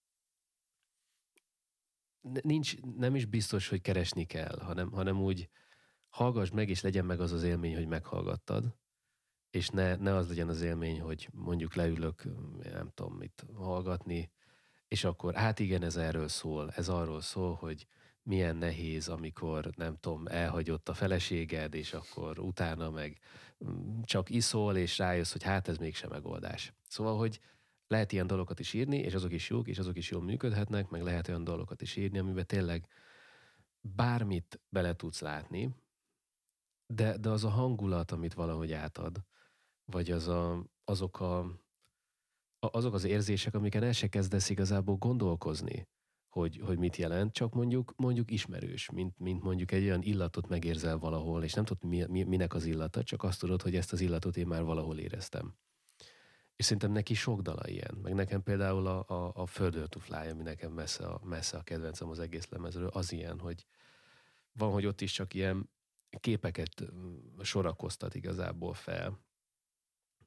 [SPEAKER 1] nem is biztos, hogy keresni kell, hanem úgy hallgass meg, és legyen meg az az élmény, hogy meghallgattad, és ne az legyen az élmény, hogy mondjuk leülök, nem tudom mit hallgatni, és akkor hát igen, ez erről szól, ez arról szól, hogy milyen nehéz, amikor nem tudom, elhagyott a feleséged, és akkor utána meg csak iszol, és rájössz, hogy hát ez mégsem megoldás. Szóval, hogy lehet ilyen dalokat is írni, és azok is jók, és azok is jól működhetnek, meg lehet olyan dalokat is írni, amiben tényleg bármit bele tudsz látni, de az a hangulat, amit valahogy átad, vagy azok az érzések, amiken el se kezdesz igazából gondolkozni, hogy mit jelent, csak mondjuk ismerős, mint mondjuk egy olyan illatot megérzel valahol, és nem tudod minek az illata, csak azt tudod, hogy ezt az illatot én már valahol éreztem. És szerintem neki sok dala ilyen. Meg nekem például a Further to Fly, ami nekem messze a kedvencem az egész lemezről, az ilyen, hogy van, hogy ott is csak ilyen képeket sorakoztat igazából fel.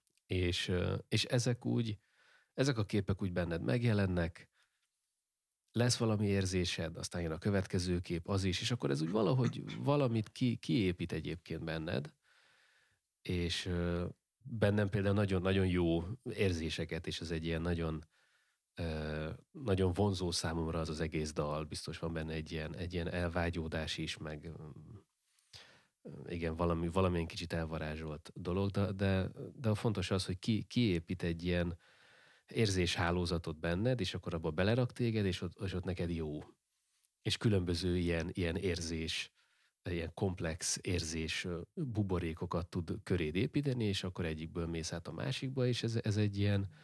[SPEAKER 1] És ezek a képek úgy benned megjelennek, lesz valami érzésed, aztán jön a következő kép, az is, és akkor ez úgy valahogy valamit kiépít egyébként benned, és bennem például nagyon-nagyon jó érzéseket, és ez egy ilyen nagyon vonzó számomra az egész dal, biztos van benne egy ilyen elvágyódás is, meg igen, valamilyen kicsit elvarázsolt dolog, de a fontos az, hogy kiépít egy ilyen érzéshálózatot benned, és akkor abba belerak téged, és ott neked jó. És különböző ilyen érzés, ilyen komplex érzés buborékokat tud köréd építeni, és akkor egyikből mész át a másikba, és ez egy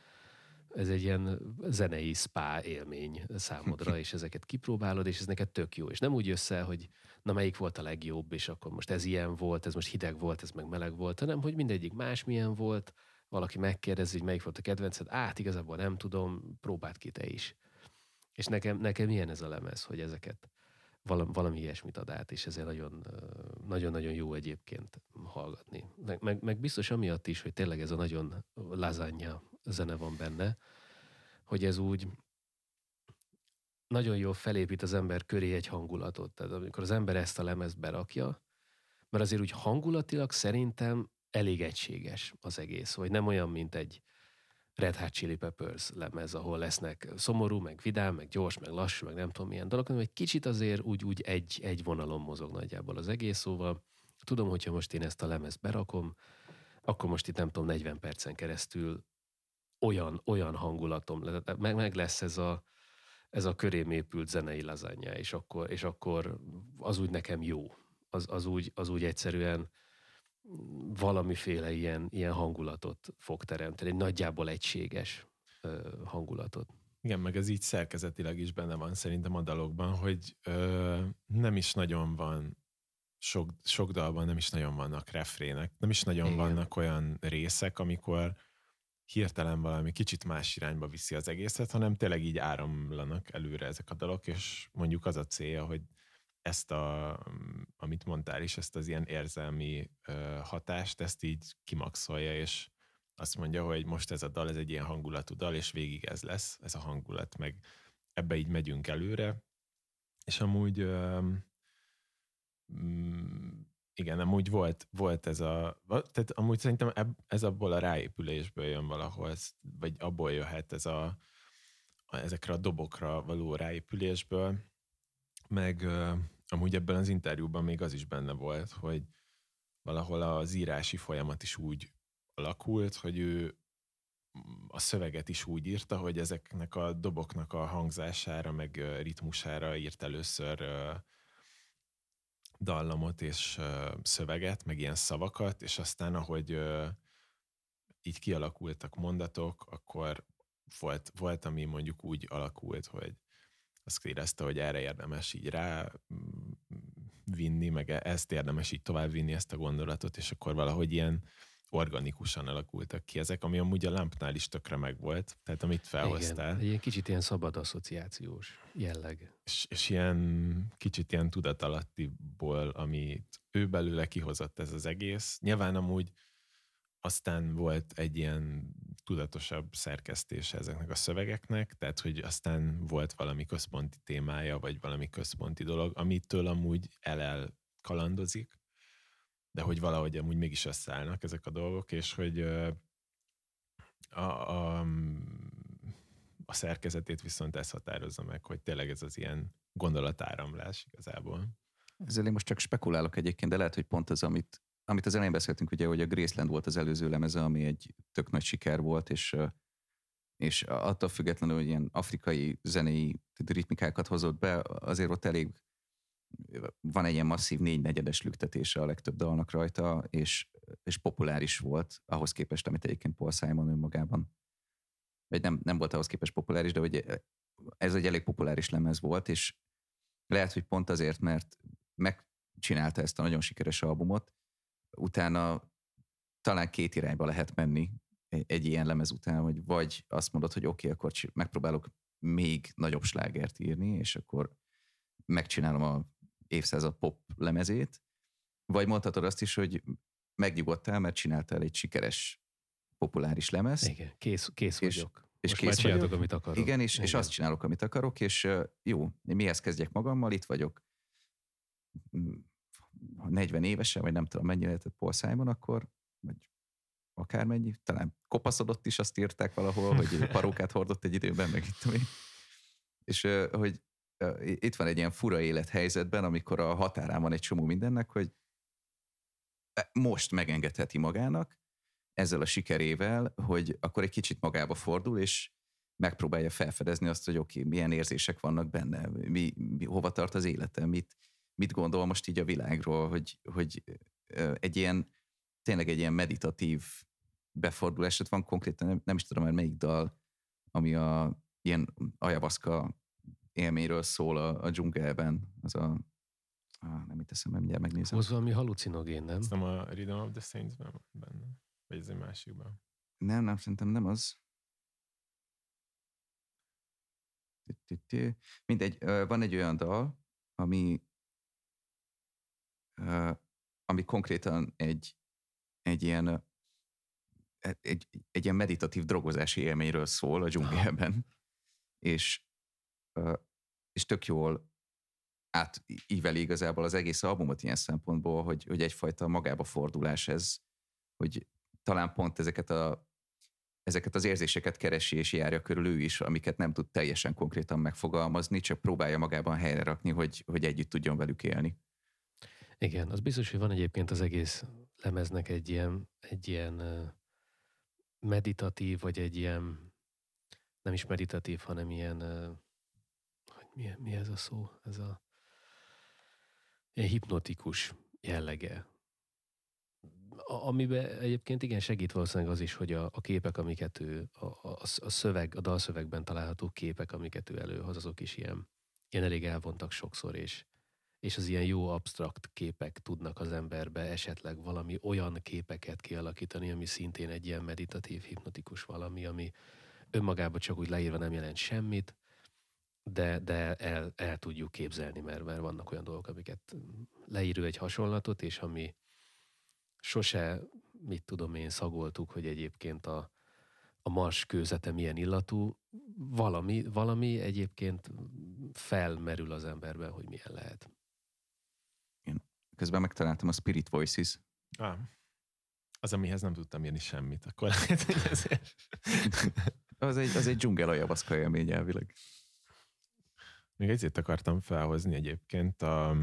[SPEAKER 1] ilyen zenei spa élmény számodra, és ezeket kipróbálod, és ez neked tök jó. És nem úgy jössz el, hogy na melyik volt a legjobb, és akkor most ez ilyen volt, ez most hideg volt, ez meg meleg volt, hanem hogy mindegyik másmilyen volt, valaki megkérdezi, hogy melyik volt a kedvenced, igazából nem tudom, próbáld ki te is. És nekem ilyen ez a lemez, hogy ezeket valami ilyesmit ad át, és ezért nagyon-nagyon jó egyébként hallgatni. Meg biztos amiatt is, hogy tényleg ez a nagyon lazánya zene van benne, hogy ez úgy nagyon jól felépít az ember köré egy hangulatot. Tehát amikor az ember ezt a lemezt berakja, mert azért úgy hangulatilag szerintem elég egységes az egész, hogy nem olyan, mint egy Red Hot Chili Peppers lemez, ahol lesznek szomorú, meg vidám, meg gyors, meg lassú, meg nem tudom milyen dolog, hanem egy kicsit azért úgy egy vonalon mozog nagyjából az egész, szóval tudom, hogyha most én ezt a lemezt berakom, akkor most itt nem tudom, 40 percen keresztül olyan hangulatom, meg lesz ez a körém épült zenei lazányá, és akkor az úgy nekem jó. Az úgy egyszerűen valamiféle ilyen hangulatot fog teremteni, egy nagyjából egységes hangulatot.
[SPEAKER 3] Igen, meg ez így szerkezetileg is benne van szerintem a dalokban, hogy nem is nagyon van, sok dalban nem is nagyon vannak refrének, nem is nagyon vannak olyan részek, amikor hirtelen valami kicsit más irányba viszi az egészet, hanem tényleg így áramlanak előre ezek a dalok, és mondjuk az a célja, hogy ezt amit mondtál is, ezt az ilyen érzelmi hatást, ezt így kimaxolja, és azt mondja, hogy most ez a dal, ez egy ilyen hangulatú dal, és végig ez lesz, ez a hangulat, meg ebbe így megyünk előre, és amúgy igen, amúgy volt ez tehát amúgy szerintem ez abból a ráépülésből jön valahol, vagy abból jöhet ezekre a dobokra való ráépülésből, meg amúgy ebben az interjúban még az is benne volt, hogy valahol az írási folyamat is úgy alakult, hogy ő a szöveget is úgy írta, hogy ezeknek a doboknak a hangzására, meg ritmusára írt először dallamot és szöveget, meg ilyen szavakat, és aztán ahogy így kialakultak mondatok, akkor volt, ami mondjuk úgy alakult, hogy azt érezte, hogy erre érdemes így rá vinni, meg ezt érdemes így tovább vinni, ezt a gondolatot, és akkor valahogy ilyen organikusan alakultak ki ezek, ami amúgy a Lampnál is tökre megvolt, tehát amit felhoztál.
[SPEAKER 1] Igen, ilyen kicsit ilyen szabad asszociációs jelleg.
[SPEAKER 3] És ilyen kicsit ilyen tudatalattiból, amit ő belőle kihozott ez az egész. Nyilván amúgy aztán volt egy ilyen tudatosabb szerkesztése ezeknek a szövegeknek, tehát hogy aztán volt valami központi témája, vagy valami központi dolog, amitől amúgy kalandozik, de hogy valahogy amúgy mégis összeállnak ezek a dolgok, és hogy a szerkezetét viszont ez határozza meg, hogy tényleg ez az ilyen gondolatáramlás igazából.
[SPEAKER 2] Ezzel én most csak spekulálok egyébként, de lehet, hogy pont az, amit az elején beszéltünk, ugye, hogy a Graceland volt az előző lemeze, ami egy tök nagy siker volt, és attól függetlenül, hogy ilyen afrikai zenei ritmikákat hozott be, azért ott elég van egy ilyen masszív 4/4-es lüktetése a legtöbb dalnak rajta, és populáris volt ahhoz képest, amit egyébként Paul Simon önmagában, vagy nem volt ahhoz képest populáris, de hogy ez egy elég populáris lemez volt, és lehet, hogy pont azért, mert megcsinálta ezt a nagyon sikeres albumot, utána talán két irányba lehet menni egy ilyen lemez után, hogy vagy azt mondod, hogy oké, akkor megpróbálok még nagyobb slágert írni, és akkor megcsinálom a évszázad pop lemezét, vagy mondhatod azt is, hogy megnyugodtál, mert csináltál egy sikeres, populáris lemezt.
[SPEAKER 1] Igen, kész vagyok.
[SPEAKER 2] És
[SPEAKER 1] most már csináltok, amit akarok.
[SPEAKER 2] Igen, és azt csinálok, amit akarok, és jó, mihez kezdjek magammal, itt vagyok 40 évesen, vagy nem tudom mennyire lehetett Paul Simon akkor, vagy akármennyi, talán kopaszodott is, azt írták valahol, hogy parókát hordott egy időben, meg itt még. És hogy itt van egy ilyen fura élethelyzetben, amikor a határán van egy csomó mindennek, hogy most megengedheti magának ezzel a sikerével, hogy akkor egy kicsit magába fordul, és megpróbálja felfedezni azt, hogy oké, milyen érzések vannak benne, hova tart az élete, mit gondol most így a világról, hogy tényleg egy ilyen meditatív befordulás. Van konkrétan, nem is tudom már melyik dal, ami ilyen ayahuasca élményről szól a dzsungelben, az nem itt eszembe, mindjárt megnézem.
[SPEAKER 1] Az valami halucinogén, nem?
[SPEAKER 3] Ez nem a Rhythm of the Saints-ben benne? Vagy ez egy másikban?
[SPEAKER 2] Nem, szerintem nem az. Mindegy, van egy olyan dal, ami konkrétan egy ilyen meditatív drogozási élményről szól a dzsungelben, és tök jól átíveli igazából az egész albumot ilyen szempontból, hogy egyfajta magába fordulás ez, hogy talán pont ezeket az érzéseket keresi és járja körül ő is, amiket nem tud teljesen konkrétan megfogalmazni, csak próbálja magában helyre rakni, hogy együtt tudjon velük élni.
[SPEAKER 1] Igen, az biztos, hogy van egyébként az egész lemeznek egy ilyen meditatív, vagy egy ilyen, nem is meditatív, hanem ilyen, hogy mi ez a szó? Ez a ilyen hipnotikus jellege. Amiben egyébként igen segít valószínűleg az is, hogy a képek, amiket ő, a dalszövegben található képek, amiket ő előhoz, azok is ilyen elég elvontak sokszor, és az ilyen jó absztrakt képek tudnak az emberbe esetleg valami olyan képeket kialakítani, ami szintén egy ilyen meditatív, hipnotikus valami, ami önmagában csak úgy leírva nem jelent semmit, de el tudjuk képzelni, mert vannak olyan dolgok, amiket leírő egy hasonlatot, és ami sose, mit tudom én, szagoltuk, hogy egyébként a mars kőzete milyen illatú, valami egyébként felmerül az emberben, hogy milyen lehet.
[SPEAKER 2] Én közben megtaláltam a Spirit Voices.
[SPEAKER 3] Az, amihez nem tudtam írni semmit, akkor lehet, hogy ezért.
[SPEAKER 2] az egy dzsungel ayahuasca élmény elvileg.
[SPEAKER 3] Még egyet akartam felhozni egyébként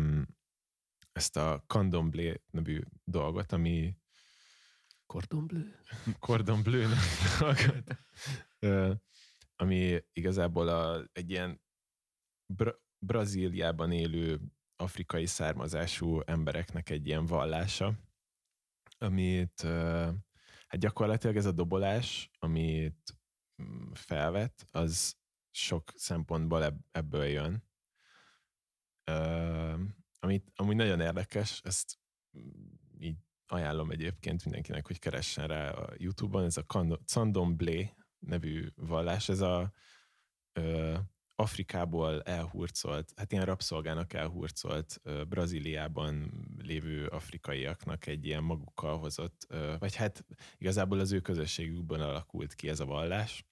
[SPEAKER 3] ezt a Cordon Bleu nevű dolgot, ami...
[SPEAKER 1] Cordon Bleu?
[SPEAKER 3] Cordon Bleu nevű dolgot. Ami igazából egy ilyen Brazíliában élő afrikai származású embereknek egy ilyen vallása, amit hát gyakorlatilag ez a dobolás, amit felvett, az sok szempontból ebből jön. Amúgy nagyon érdekes, ezt így ajánlom egyébként mindenkinek, hogy keressen rá a YouTube-on, ez a Cordon Bleu nevű vallás, ez a Afrikából elhurcolt, hát ilyen rabszolgának elhurcolt Brazíliában lévő afrikaiaknak egy ilyen magukkal hozott, vagy hát igazából az ő közösségükben alakult ki ez a vallás,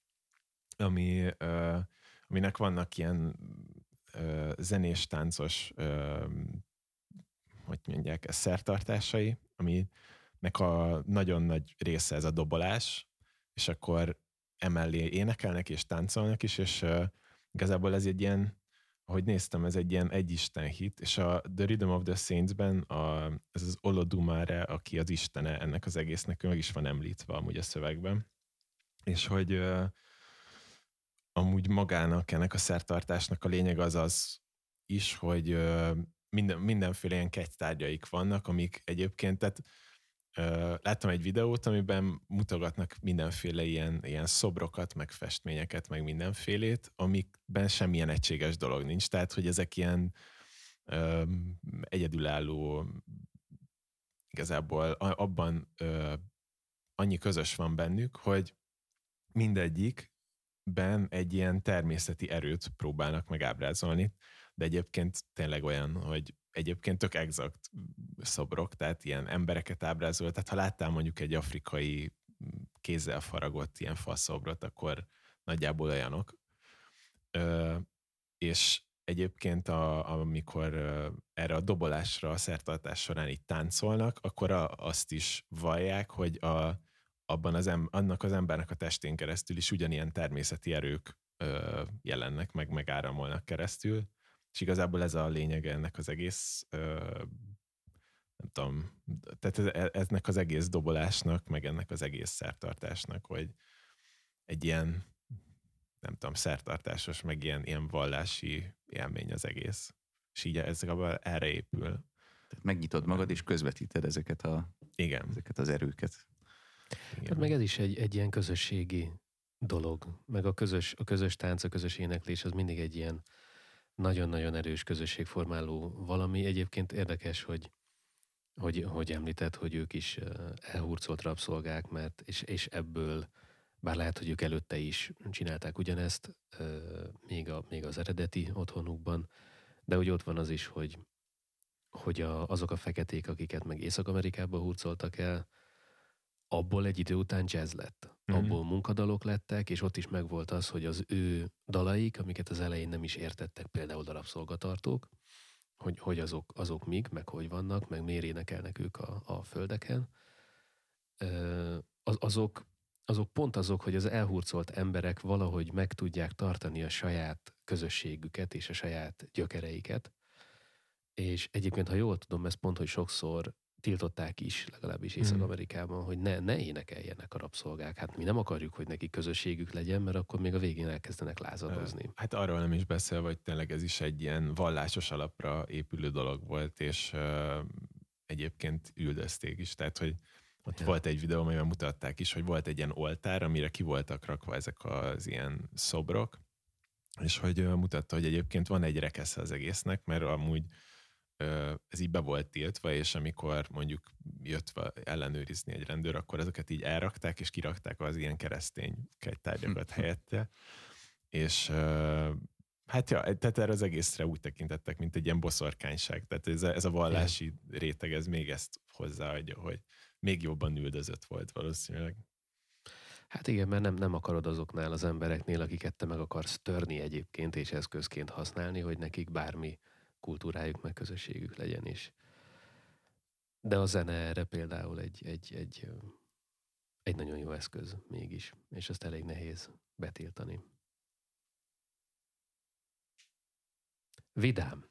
[SPEAKER 3] aminek vannak ilyen zenés, táncos, hogy mondják, szertartásai, aminek a nagyon nagy része ez a dobolás, és akkor emellé énekelnek és táncolnak is, és igazából ez egy ilyen, ahogy néztem, ez egy ilyen egyisten hit, és a The Rhythm of the Saints-ben ez az Olodumare, aki az istene ennek az egésznek, ő meg is van említve amúgy a szövegben, és hogy amúgy magának, ennek a szertartásnak a lényeg az is, hogy mindenféle ilyen kegytárgyaik vannak, amik egyébként, tehát láttam egy videót, amiben mutogatnak mindenféle ilyen szobrokat, meg festményeket, meg mindenfélét, amikben semmilyen egységes dolog nincs. Tehát, hogy ezek ilyen egyedülálló, igazából abban annyi közös van bennük, hogy mindegyikben egy ilyen természeti erőt próbálnak megábrázolni, de egyébként tényleg olyan, hogy egyébként tök exakt szobrok, tehát ilyen embereket ábrázol. Tehát ha láttál mondjuk egy afrikai kézzel faragott ilyen faszobrot, akkor nagyjából olyanok. És egyébként amikor erre a dobolásra a szertartás során így táncolnak, akkor azt is vallják, hogy abban annak az embernek a testén keresztül is ugyanilyen természeti erők jelennek meg áramolnak keresztül, és igazából ez a lényege ennek az egész nem tudom, tehát ennek az egész dobolásnak, meg ennek az egész szertartásnak, hogy egy ilyen nem tudom, szertartásos, meg ilyen vallási élmény az egész. És így erre épül.
[SPEAKER 2] Tehát megnyitod magad, és közvetíted ezeket az erőket.
[SPEAKER 1] Igen. Hát meg ez is egy ilyen közösségi dolog. Meg a közös tánc, a közös éneklés, az mindig egy ilyen nagyon-nagyon erős közösségformáló valami. Egyébként érdekes, hogy említett, hogy ők is elhurcolt rabszolgák, és ebből, bár lehet, hogy ők előtte is csinálták ugyanezt, még az eredeti otthonukban, de úgy ott van az is, hogy azok a feketék, akiket meg Észak-Amerikába hurcoltak el, abból egy idő után jazz lett. Abból munkadalok lettek, és ott is megvolt az, hogy az dalaik, amiket az elején nem is értettek, például a rabszolgatartók, hogy azok mik, meg hogy vannak, meg miért énekelnek ők a földeken, azok pont azok, hogy az elhurcolt emberek valahogy meg tudják tartani a saját közösségüket és a saját gyökereiket. És egyébként, ha jól tudom, ez pont, hogy sokszor tiltották is, legalábbis Észak-Amerikában, hogy ne énekeljenek a rabszolgák. Hát mi nem akarjuk, hogy neki közösségük legyen, mert akkor még a végén elkezdenek lázadozni.
[SPEAKER 3] Hát arról nem is beszélve, hogy tényleg ez is egy ilyen vallásos alapra épülő dolog volt, és egyébként üldözték is. Tehát, hogy ott volt egy videó, amiben mutatták is, hogy volt egy ilyen oltár, amire ki voltak rakva ezek az ilyen szobrok, és hogy mutatta, hogy egyébként van egy rekesze az egésznek, mert amúgy ez így be volt tiltva, és amikor mondjuk jött ellenőrizni egy rendőr, akkor ezeket így elrakták, és kirakták az ilyen keresztény kegytárgyakat helyette. És hát ja, tehát erre az egészre úgy tekintettek, mint egy ilyen boszorkányság. Tehát ez a vallási réteg, ez még ezt hozzáadja, hogy még jobban üldözött volt valószínűleg.
[SPEAKER 1] Hát igen, mert nem akarod azoknál az embereknél, akiket te meg akarsz törni egyébként, és eszközként használni, hogy nekik bármi kultúrájuk, meg közösségük legyen is. De a zene erre például egy nagyon jó eszköz mégis, és azt elég nehéz betiltani. Vidám.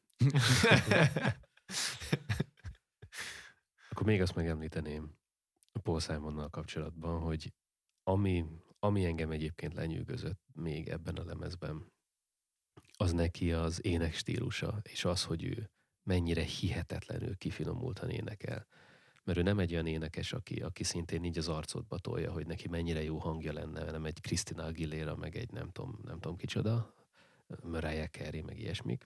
[SPEAKER 1] Akkor még azt megemlíteném Paul Simonnal kapcsolatban, hogy ami engem egyébként lenyűgözött még ebben a lemezben, az neki az ének stílusa, és az, hogy ő mennyire hihetetlenül kifinomultan énekel. Mert ő nem egy olyan énekes, aki szintén így az arcodba tolja, hogy neki mennyire jó hangja lenne, nem egy Christina Aguilera, meg egy nem tudom kicsoda, Mariah Carey, meg ilyesmik,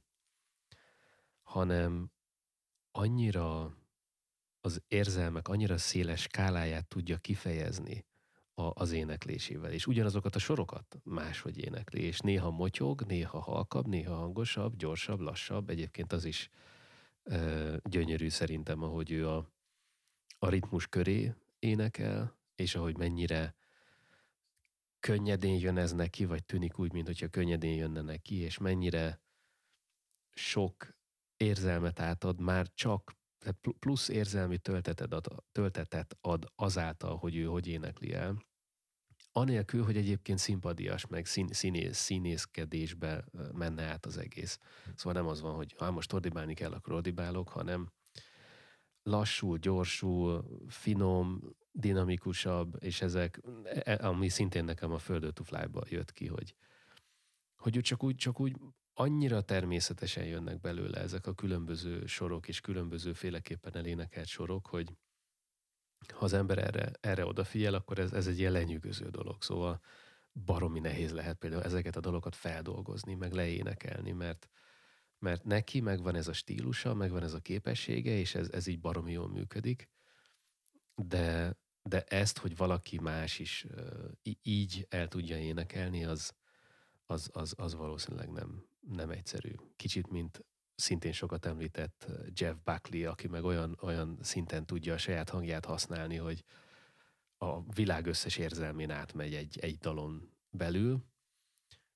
[SPEAKER 1] hanem annyira az érzelmek, annyira széles skáláját tudja kifejezni az éneklésével, és ugyanazokat a sorokat máshogy énekli, és néha motyog, néha halkabb, néha hangosabb, gyorsabb, lassabb. Egyébként az is gyönyörű szerintem, ahogy ő a ritmus köré énekel, és ahogy mennyire könnyedén jön ez neki, vagy tűnik úgy, mintha könnyedén jönne neki, és mennyire sok érzelmet átad, már csak plusz érzelmi töltetet ad azáltal, hogy ő hogy énekli el. Anélkül, hogy egyébként szimpadias, meg színészkedésbe menne át az egész. Szóval nem az van, hogy ha most ordibálni kell, akkor ordibálok, hanem lassul, gyorsul, finom, dinamikusabb, és ezek, ami szintén nekem a Földön Tuflájba jött ki, hogy csak úgy annyira természetesen jönnek belőle ezek a különböző sorok, és különböző féleképpen elénekelt sorok, hogy ha az ember erre odafigyel, akkor ez egy ilyen lenyűgöző dolog. Szóval baromi nehéz lehet például ezeket a dalokat feldolgozni, meg leénekelni, mert neki megvan ez a stílusa, megvan ez a képessége, és ez így baromi jól működik, de ezt, hogy valaki más is így el tudja énekelni, az valószínűleg nem egyszerű. Kicsit, mint szintén sokat említett Jeff Buckley, aki meg olyan szinten tudja a saját hangját használni, hogy a világ összes érzelmén átmegy egy dalon belül,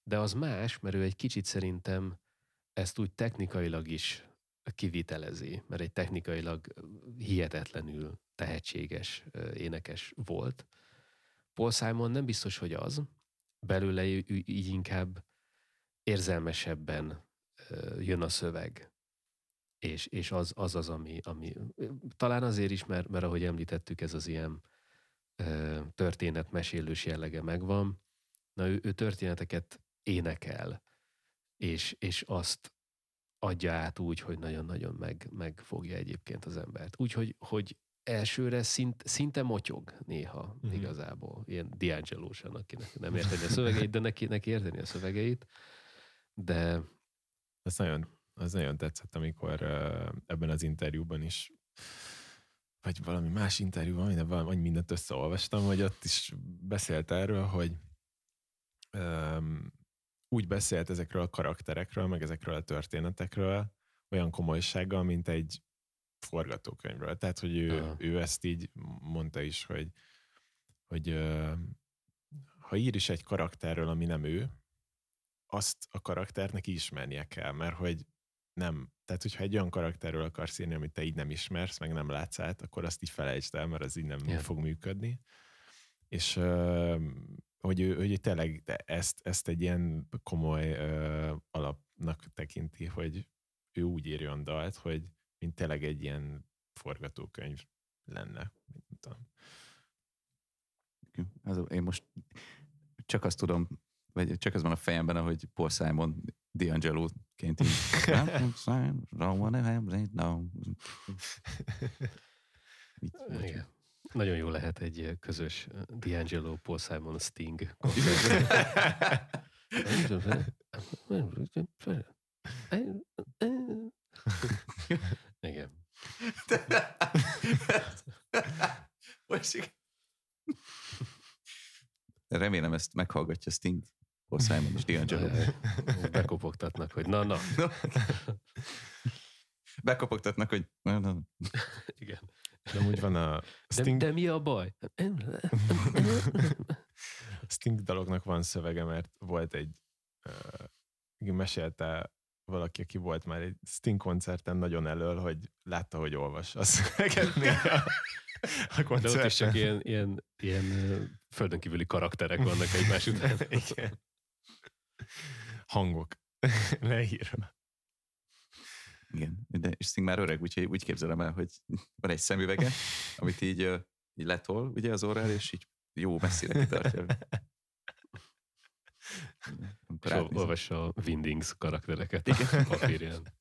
[SPEAKER 1] De az más, mert ő egy kicsit szerintem ezt úgy technikailag is kivitelezi, mert egy technikailag hihetetlenül tehetséges énekes volt. Paul Simon nem biztos, hogy az. Belőle így inkább érzelmesebben jön a szöveg. És az, ami talán azért is, mert ahogy említettük, ez az ilyen történetmesélős jellege megvan. Na, ő történeteket énekel, és azt adja át úgy, hogy nagyon-nagyon megfogja egyébként az embert. Úgyhogy hogy elsőre szinte motyog néha igazából. Ilyen D'Angelo-san, akinek nem érteni a szövegeit, de neki érteni a szövegeit. De...
[SPEAKER 3] Az nagyon tetszett, amikor ebben az interjúban is, vagy valami más interjúban, vagy mindent összeolvastam, hogy ott is beszélt erről, hogy úgy beszélt ezekről a karakterekről, meg ezekről a történetekről olyan komolysággal, mint egy forgatókönyvről. Tehát, hogy ő ezt így mondta is, hogy ha ír is egy karakterről, ami nem ő, azt a karaktert neki ismernie kell, mert hogy nem, tehát hogyha egy olyan karakterről akarsz írni, amit te így nem ismersz, meg nem látsz át, akkor azt így felejtsd el, mert az így nem fog működni. És hogy tényleg ezt egy ilyen komoly alapnak tekinti, hogy ő úgy írjon dalt, hogy mint tényleg egy ilyen forgatókönyv lenne.
[SPEAKER 2] Én most csak azt tudom, vagy csak az van a fejemben, ahogy Paul Simon D'Angelo-ként így.
[SPEAKER 1] Igen. Nagyon jó lehet egy közös D'Angelo, Paul Simon, Sting. Igen.
[SPEAKER 2] Remélem ezt meghallgatja Sting, Paul Simon és D'Angelo.
[SPEAKER 1] Bekopogtatnak, hogy na.
[SPEAKER 2] Bekopogtatnak, hogy
[SPEAKER 1] Igen.
[SPEAKER 3] De úgy van a Sting...
[SPEAKER 1] De mi a baj?
[SPEAKER 3] Sting daloknak van szövege, mert volt egy mesélte valaki, aki volt már egy Sting koncerten nagyon elől, hogy látta, hogy olvas a szöveget a koncerten.
[SPEAKER 1] De ott is csak ilyen földön kívüli karakterek vannak egymás után.
[SPEAKER 3] Igen. Hangok leírva.
[SPEAKER 2] Igen, de Sting már öreg, úgyhogy úgy képzelem el, hogy van egy szemüvege, amit így letol ugye az orrára, és így jó messzire kitartja.
[SPEAKER 1] És olvassa a Windings karaktereket a papírján.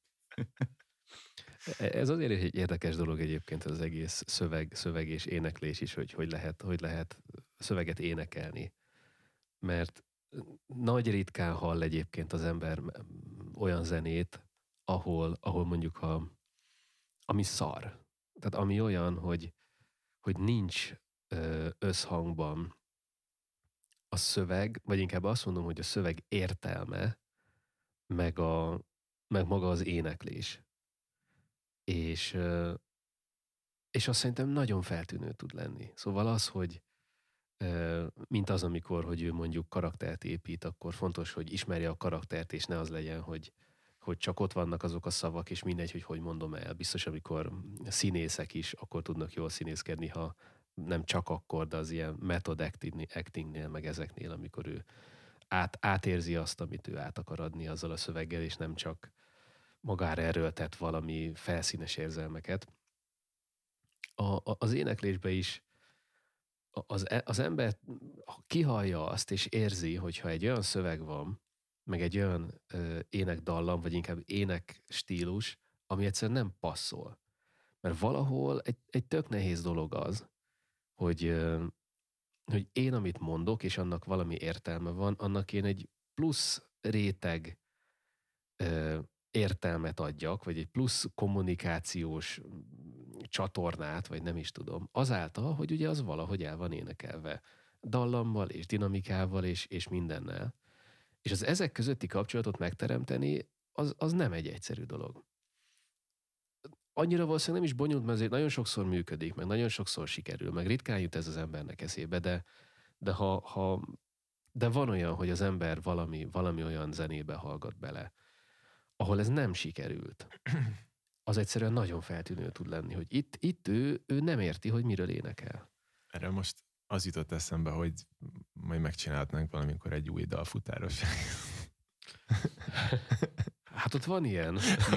[SPEAKER 1] Ez azért egy érdekes dolog egyébként az egész szöveg és éneklés is, hogy lehet szöveget énekelni. Mert nagy ritkán hall egyébként az ember olyan zenét, ahol mondjuk ami szar. Tehát ami olyan, hogy nincs összhangban a szöveg, vagy inkább azt mondom, hogy a szöveg értelme, meg maga az éneklés. És azt szerintem nagyon feltűnő tud lenni. Szóval az, hogy mint az, amikor, hogy ő mondjuk karaktert épít, akkor fontos, hogy ismerje a karaktert, és ne az legyen, hogy csak ott vannak azok a szavak, és mindegy, hogy mondom el. Biztos, amikor színészek is akkor tudnak jól színészkedni, ha nem csak akkor, de az ilyen method actingnél, meg ezeknél, amikor ő átérzi azt, amit ő át akar adni azzal a szöveggel, és nem csak magára erőltet valami felszínes az éneklésben is az ember kihallja azt, és érzi, hogyha egy olyan szöveg van, meg egy olyan énekdallam, vagy inkább énekstílus, ami egyszerűen nem passzol. Mert valahol egy tök nehéz dolog az, hogy én, amit mondok, és annak valami értelme van, annak én egy plusz réteg értelmet adjak, vagy egy plusz kommunikációs csatornát, vagy nem is tudom, azáltal, hogy ugye az valahogy el van énekelve. Dallammal, és dinamikával, és mindennel. És az ezek közötti kapcsolatot megteremteni, az nem egy egyszerű dolog. Annyira valószínűleg nem is bonyolult, mert azért nagyon sokszor működik, meg nagyon sokszor sikerül, meg ritkán jut ez az embernek eszébe, de De van olyan, hogy az ember valami olyan zenébe hallgat bele, ahol ez nem sikerült. Az egyszerűen nagyon feltűnő tud lenni, hogy itt ő nem érti, hogy miről énekel.
[SPEAKER 3] Erre most az jutott eszembe, hogy majd megcsinálhatnánk valamikor egy új dalfutáros.
[SPEAKER 1] Hát ott van ilyen.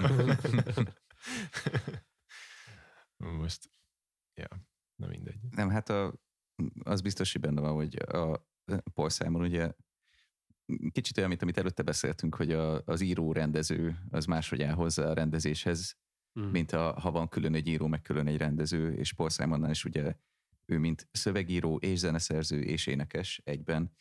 [SPEAKER 3] Most, ja, na mindegy.
[SPEAKER 2] Nem, hát az biztos, hogy benne van, hogy a Paul Simon ugye kicsit olyan, mint amit előtte beszéltünk, hogy az író-rendező az máshogy áll hozzá a rendezéshez, mint ha van külön egy író, meg külön egy rendező, és Paul Simonnál is ugye ő mint szövegíró és zeneszerző és énekes egyben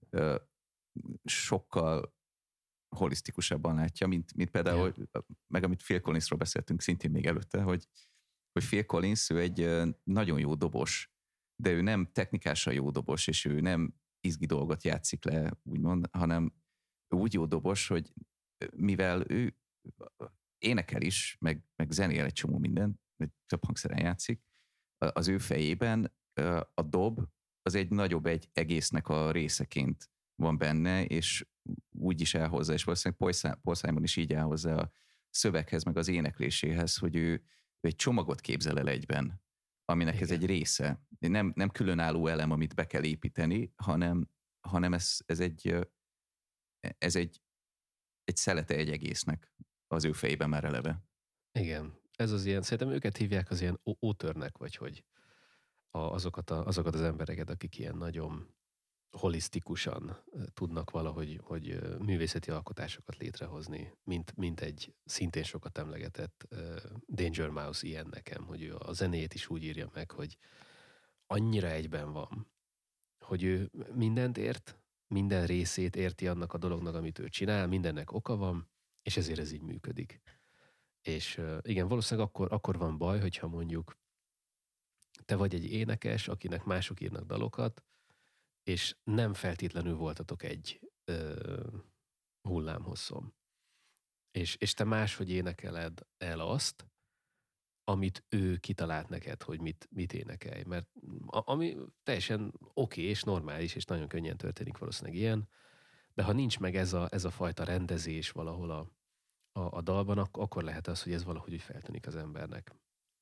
[SPEAKER 2] sokkal holisztikusabban látja, mint például, meg amit Phil Collinsról beszéltünk szintén még előtte, hogy Phil Collins, ő egy nagyon jó dobos, de ő nem technikásan jó dobos, és ő nem izgi dolgot játszik le, úgymond, hanem úgy jó dobos, hogy mivel ő énekel is, meg zenél egy csomó minden, több hangszeren játszik, az ő fejében a dob az egy nagyobb egy egésznek a részeként van benne, és úgy is elhozza, és valószínűleg Paul Simon is így elhozza a szöveghez, meg az énekléséhez, hogy ő egy csomagot képzel el egyben, aminek igen. Ez egy része. Nem különálló elem, amit be kell építeni, hanem ez egy szelete egy egésznek az ő fejében már eleve.
[SPEAKER 1] Igen. Ez az ilyen, szerintem őket hívják az ilyen ótörnek, vagy hogy azokat az embereket, akik ilyen nagyon holisztikusan tudnak valahogy hogy művészeti alkotásokat létrehozni, mint egy szintén sokat emlegetett Danger Mouse ilyen nekem, hogy ő a zenéjét is úgy írja meg, hogy annyira egyben van, hogy ő mindent ért, minden részét érti annak a dolognak, amit ő csinál, mindennek oka van, és ezért ez így működik. És igen, valószínűleg akkor van baj, hogyha mondjuk te vagy egy énekes, akinek mások írnak dalokat, és nem feltétlenül voltatok egy hullámhosszon. És te máshogy énekeled el azt, amit ő kitalált neked, hogy mit énekelj. Mert ami teljesen oké és normális, és nagyon könnyen történik valószínűleg ilyen, de ha nincs meg ez a fajta rendezés valahol a dalban, akkor lehet az, hogy ez valahogy úgy feltűnik az embernek.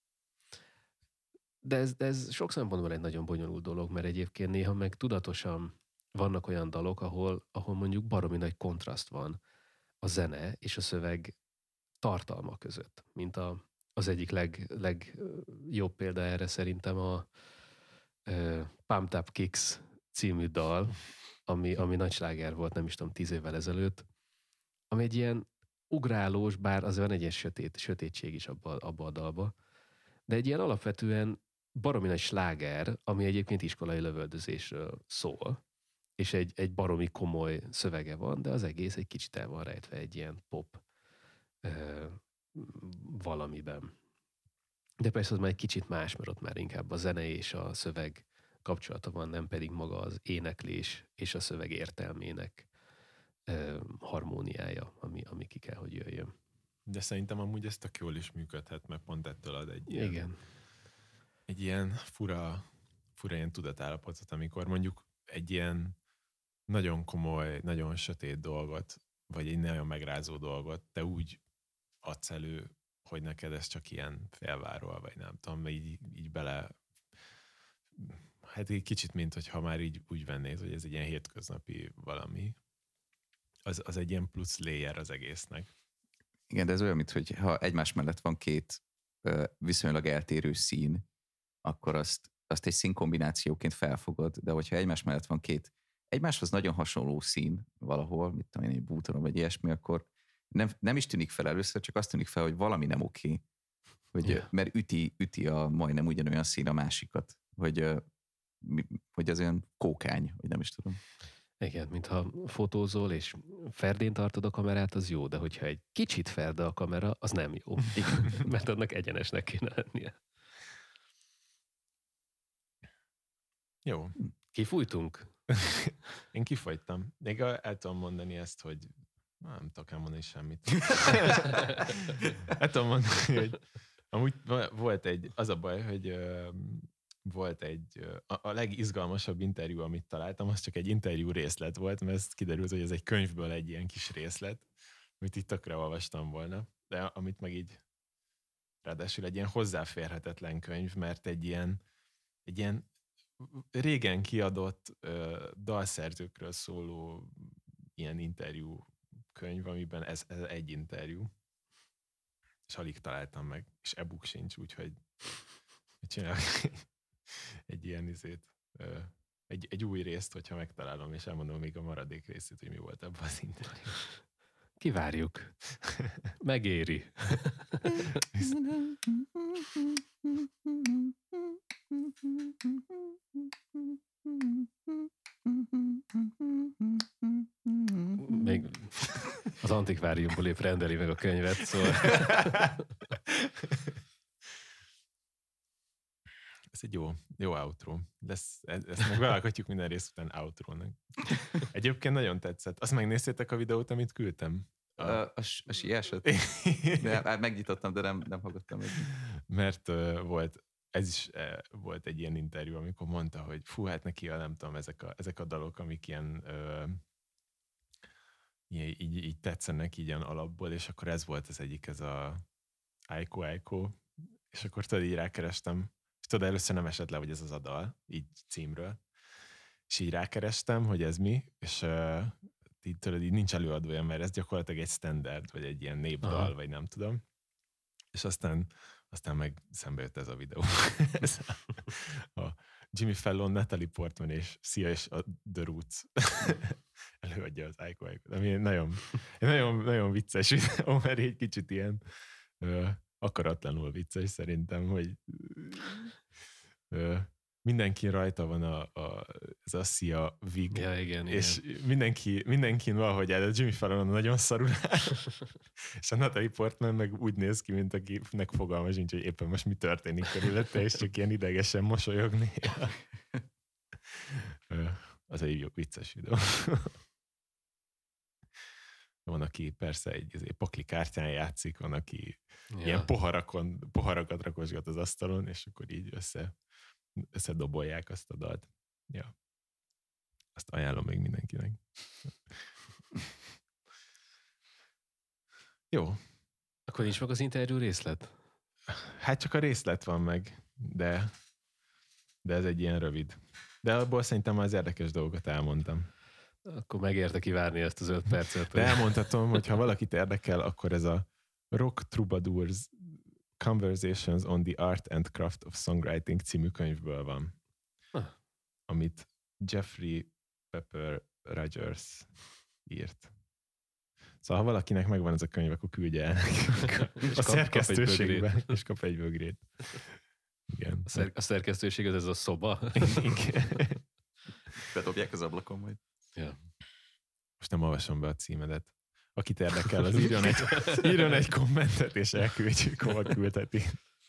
[SPEAKER 1] De ez sok szempontból egy nagyon bonyolult dolog, mert egyébként néha meg tudatosan vannak olyan dalok, ahol mondjuk baromi nagy kontraszt van a zene és a szöveg tartalma között, mint az egyik legjobb példa erre szerintem a Pumped Up Kicks című dal, ami nagy sláger volt, nem is tudom, 10 évvel ezelőtt, ami egy ilyen ugrálós, bár az van egy ilyen sötétség is abba a dalba, de egy ilyen alapvetően baromi nagy sláger, ami egyébként iskolai lövöldözésről szól, és egy baromi komoly szövege van, de az egész egy kicsit el van rejtve egy ilyen pop valamiben. De persze az már egy kicsit más, mert ott már inkább a zene és a szöveg kapcsolata van, nem pedig maga az éneklés és a szöveg értelmének harmóniája, ami ki kell, hogy jöjjön.
[SPEAKER 3] De szerintem amúgy ez tök jól is működhet, mert pont ettől ad egy ilyen fura ilyen tudatállapotot, amikor mondjuk egy ilyen nagyon komoly, nagyon sötét dolgot, vagy egy nagyon megrázó dolgot, te úgy adsz elő, hogy neked ez csak ilyen félváról, vagy nem tudom, így bele, hát egy kicsit, mint hogyha már így úgy vennéd, hogy ez egy ilyen hétköznapi valami, az egy ilyen plusz layer az egésznek.
[SPEAKER 2] Igen, de ez olyan, mintha egymás mellett van két viszonylag eltérő szín, akkor azt egy színkombinációként felfogod, de hogyha egymás mellett van két egymáshoz nagyon hasonló szín valahol, mit tudom én, egy bútoron vagy ilyesmi, akkor nem is tűnik fel először, csak azt tűnik fel, hogy valami nem oké. Mert üti a majdnem ugyanolyan szín a másikat, hogy az olyan kókány, vagy nem is tudom.
[SPEAKER 1] Igen, mintha fotózol, és ferdén tartod a kamerát, az jó, de hogyha egy kicsit ferde a kamera, az nem jó. Igen, mert annak egyenesnek kéne lennie.
[SPEAKER 3] Jó.
[SPEAKER 1] Kifújtunk?
[SPEAKER 3] Én kifogytam. Még el tudom mondani ezt, hogy nem tudok elmondani semmit. El tudom mondani, hogy amúgy volt az a baj, hogy volt a legizgalmasabb interjú, amit találtam, az csak egy interjú részlet volt, mert ez kiderült, hogy ez egy könyvből egy ilyen kis részlet, amit itt tökre olvastam volna, de amit meg így ráadásul egy ilyen hozzáférhetetlen könyv, mert egy ilyen régen kiadott dalszerzőkről szóló ilyen interjú könyv, amiben ez egy interjú, és alig találtam meg, és e-book sincs, úgyhogy csinálok egy ilyen egy új részt, hogyha megtalálom, és elmondom még a maradék részét, hogy mi volt abban az interjú.
[SPEAKER 1] Kivárjuk. Megéri. Még az antikváriumból épp rendeli meg a könyvet, szóval...
[SPEAKER 3] Ez egy jó outro. Ezt meg bealkotjuk minden rész után outro-nak. Egyébként nagyon tetszett. Azt megnéztétek a videót, amit küldtem?
[SPEAKER 2] A siásat? Megnyitottam, de nem hallgattam meg.
[SPEAKER 3] Mert ez is volt egy ilyen interjú, amikor mondta, hogy fú, hát neki nem tudom, ezek a dalok, amik ilyen így tetszenek így ilyen alapból, és akkor ez volt az egyik, ez a Aiko, és akkor tudod, így rákerestem, és tudod, először nem esett le, hogy ez az a dal, így címről, és így rákerestem, hogy ez mi, és így tudod, így nincs előadója, mert ez gyakorlatilag egy standard, vagy egy ilyen népdal, vagy nem tudom, és aztán meg szembe jött ez a videó. Ez a Jimmy Fallon, Natalie Portman és Sia és a The Roots előadja az Aiko. Ami nagyon vicces videó, mert egy kicsit ilyen akaratlanul vicces szerintem, hogy mindenki rajta van ez a Sia wig,
[SPEAKER 1] ja, igen,
[SPEAKER 3] és
[SPEAKER 1] igen.
[SPEAKER 3] mindenkin valahogy el, a Jimmy Fallon nagyon szarul és a Natalie Portman meg úgy néz ki, mint akinek fogalma sincs, hogy éppen most mi történik körülötte, és csak ilyen idegesen mosolyogni. Az egy jó vicces videó. Van, aki persze egy pakli kártyán játszik, van, aki ilyen poharakat rakosgat az asztalon, és akkor így összedobolják azt a dalt. Ja. Azt ajánlom még mindenkinek. Jó.
[SPEAKER 1] Akkor nincs meg az interjú részlet?
[SPEAKER 3] Hát csak a részlet van meg, de ez egy ilyen rövid. De abból szerintem már az érdekes dolgokat elmondtam.
[SPEAKER 1] Akkor megérte kivárni ezt az 5 percet.
[SPEAKER 3] De elmondhatom, hogy ha valakit érdekel, akkor ez a Rock Troubadours Conversations on the Art and Craft of Songwriting című könyvből van. Amit Jeffrey Pepper Rogers írt. Szóval ha valakinek megvan ez a könyv, akkor küldje el a szerkesztőségbe, és kap egy bögrét. Igen.
[SPEAKER 1] A szerkesztőség ez a szoba?
[SPEAKER 3] Igen.
[SPEAKER 2] Bedobják az ablakon majd.
[SPEAKER 1] Ja.
[SPEAKER 3] Most nem olvasom be a címedet. Akit érdekel, az írjon egy kommentet, és elküldjük, hova küldheti.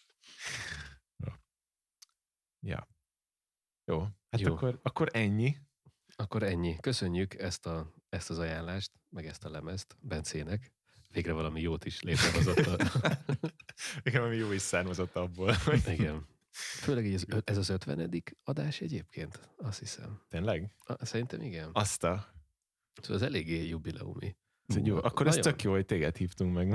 [SPEAKER 3] Ja. Jó. Hát
[SPEAKER 1] jó.
[SPEAKER 3] Akkor ennyi.
[SPEAKER 1] Akkor ennyi. Köszönjük ezt az ajánlást, meg ezt a lemezt Bencének. Végre valami jót is létrehozott.
[SPEAKER 3] Igen, valami jó is származott abból.
[SPEAKER 1] Igen. Főleg ez az 50. adás egyébként, azt hiszem.
[SPEAKER 3] Tényleg?
[SPEAKER 1] Szerintem igen.
[SPEAKER 3] Szóval
[SPEAKER 1] ez eléggé jubileumi.
[SPEAKER 3] Akkor ez tök jó, hogy téged hívtunk meg.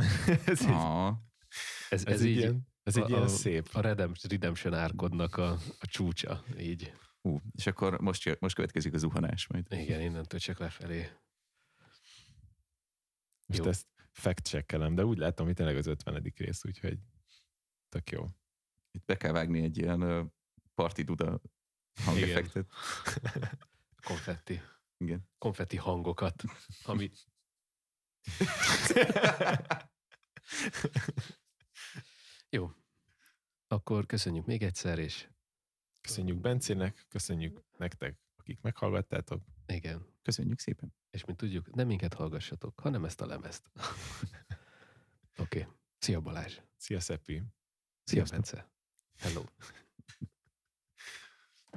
[SPEAKER 3] Ez így ilyen szép.
[SPEAKER 1] A Redemption árkodnak a csúcsa, így.
[SPEAKER 2] És akkor most következik a zuhanás majd.
[SPEAKER 1] Igen, innentől csak lefelé.
[SPEAKER 3] Most jó. Ezt fact-checkelem, de úgy látom, hogy tényleg az 50. rész, úgyhogy tök jó.
[SPEAKER 2] Itt be kell vágni egy ilyen parti duda hangeffektet.
[SPEAKER 1] Konfetti.
[SPEAKER 2] Igen.
[SPEAKER 1] Konfetti hangokat, ami... Jó. Akkor köszönjük még egyszer, és...
[SPEAKER 3] Köszönjük Bencének, köszönjük nektek, akik meghallgattátok.
[SPEAKER 1] Igen.
[SPEAKER 2] Köszönjük szépen.
[SPEAKER 1] És mint tudjuk, nem minket hallgassatok, hanem ezt a lemezt. Oké. Szia Balázs.
[SPEAKER 3] Szia Szeppi.
[SPEAKER 1] Szia Bence. Hello.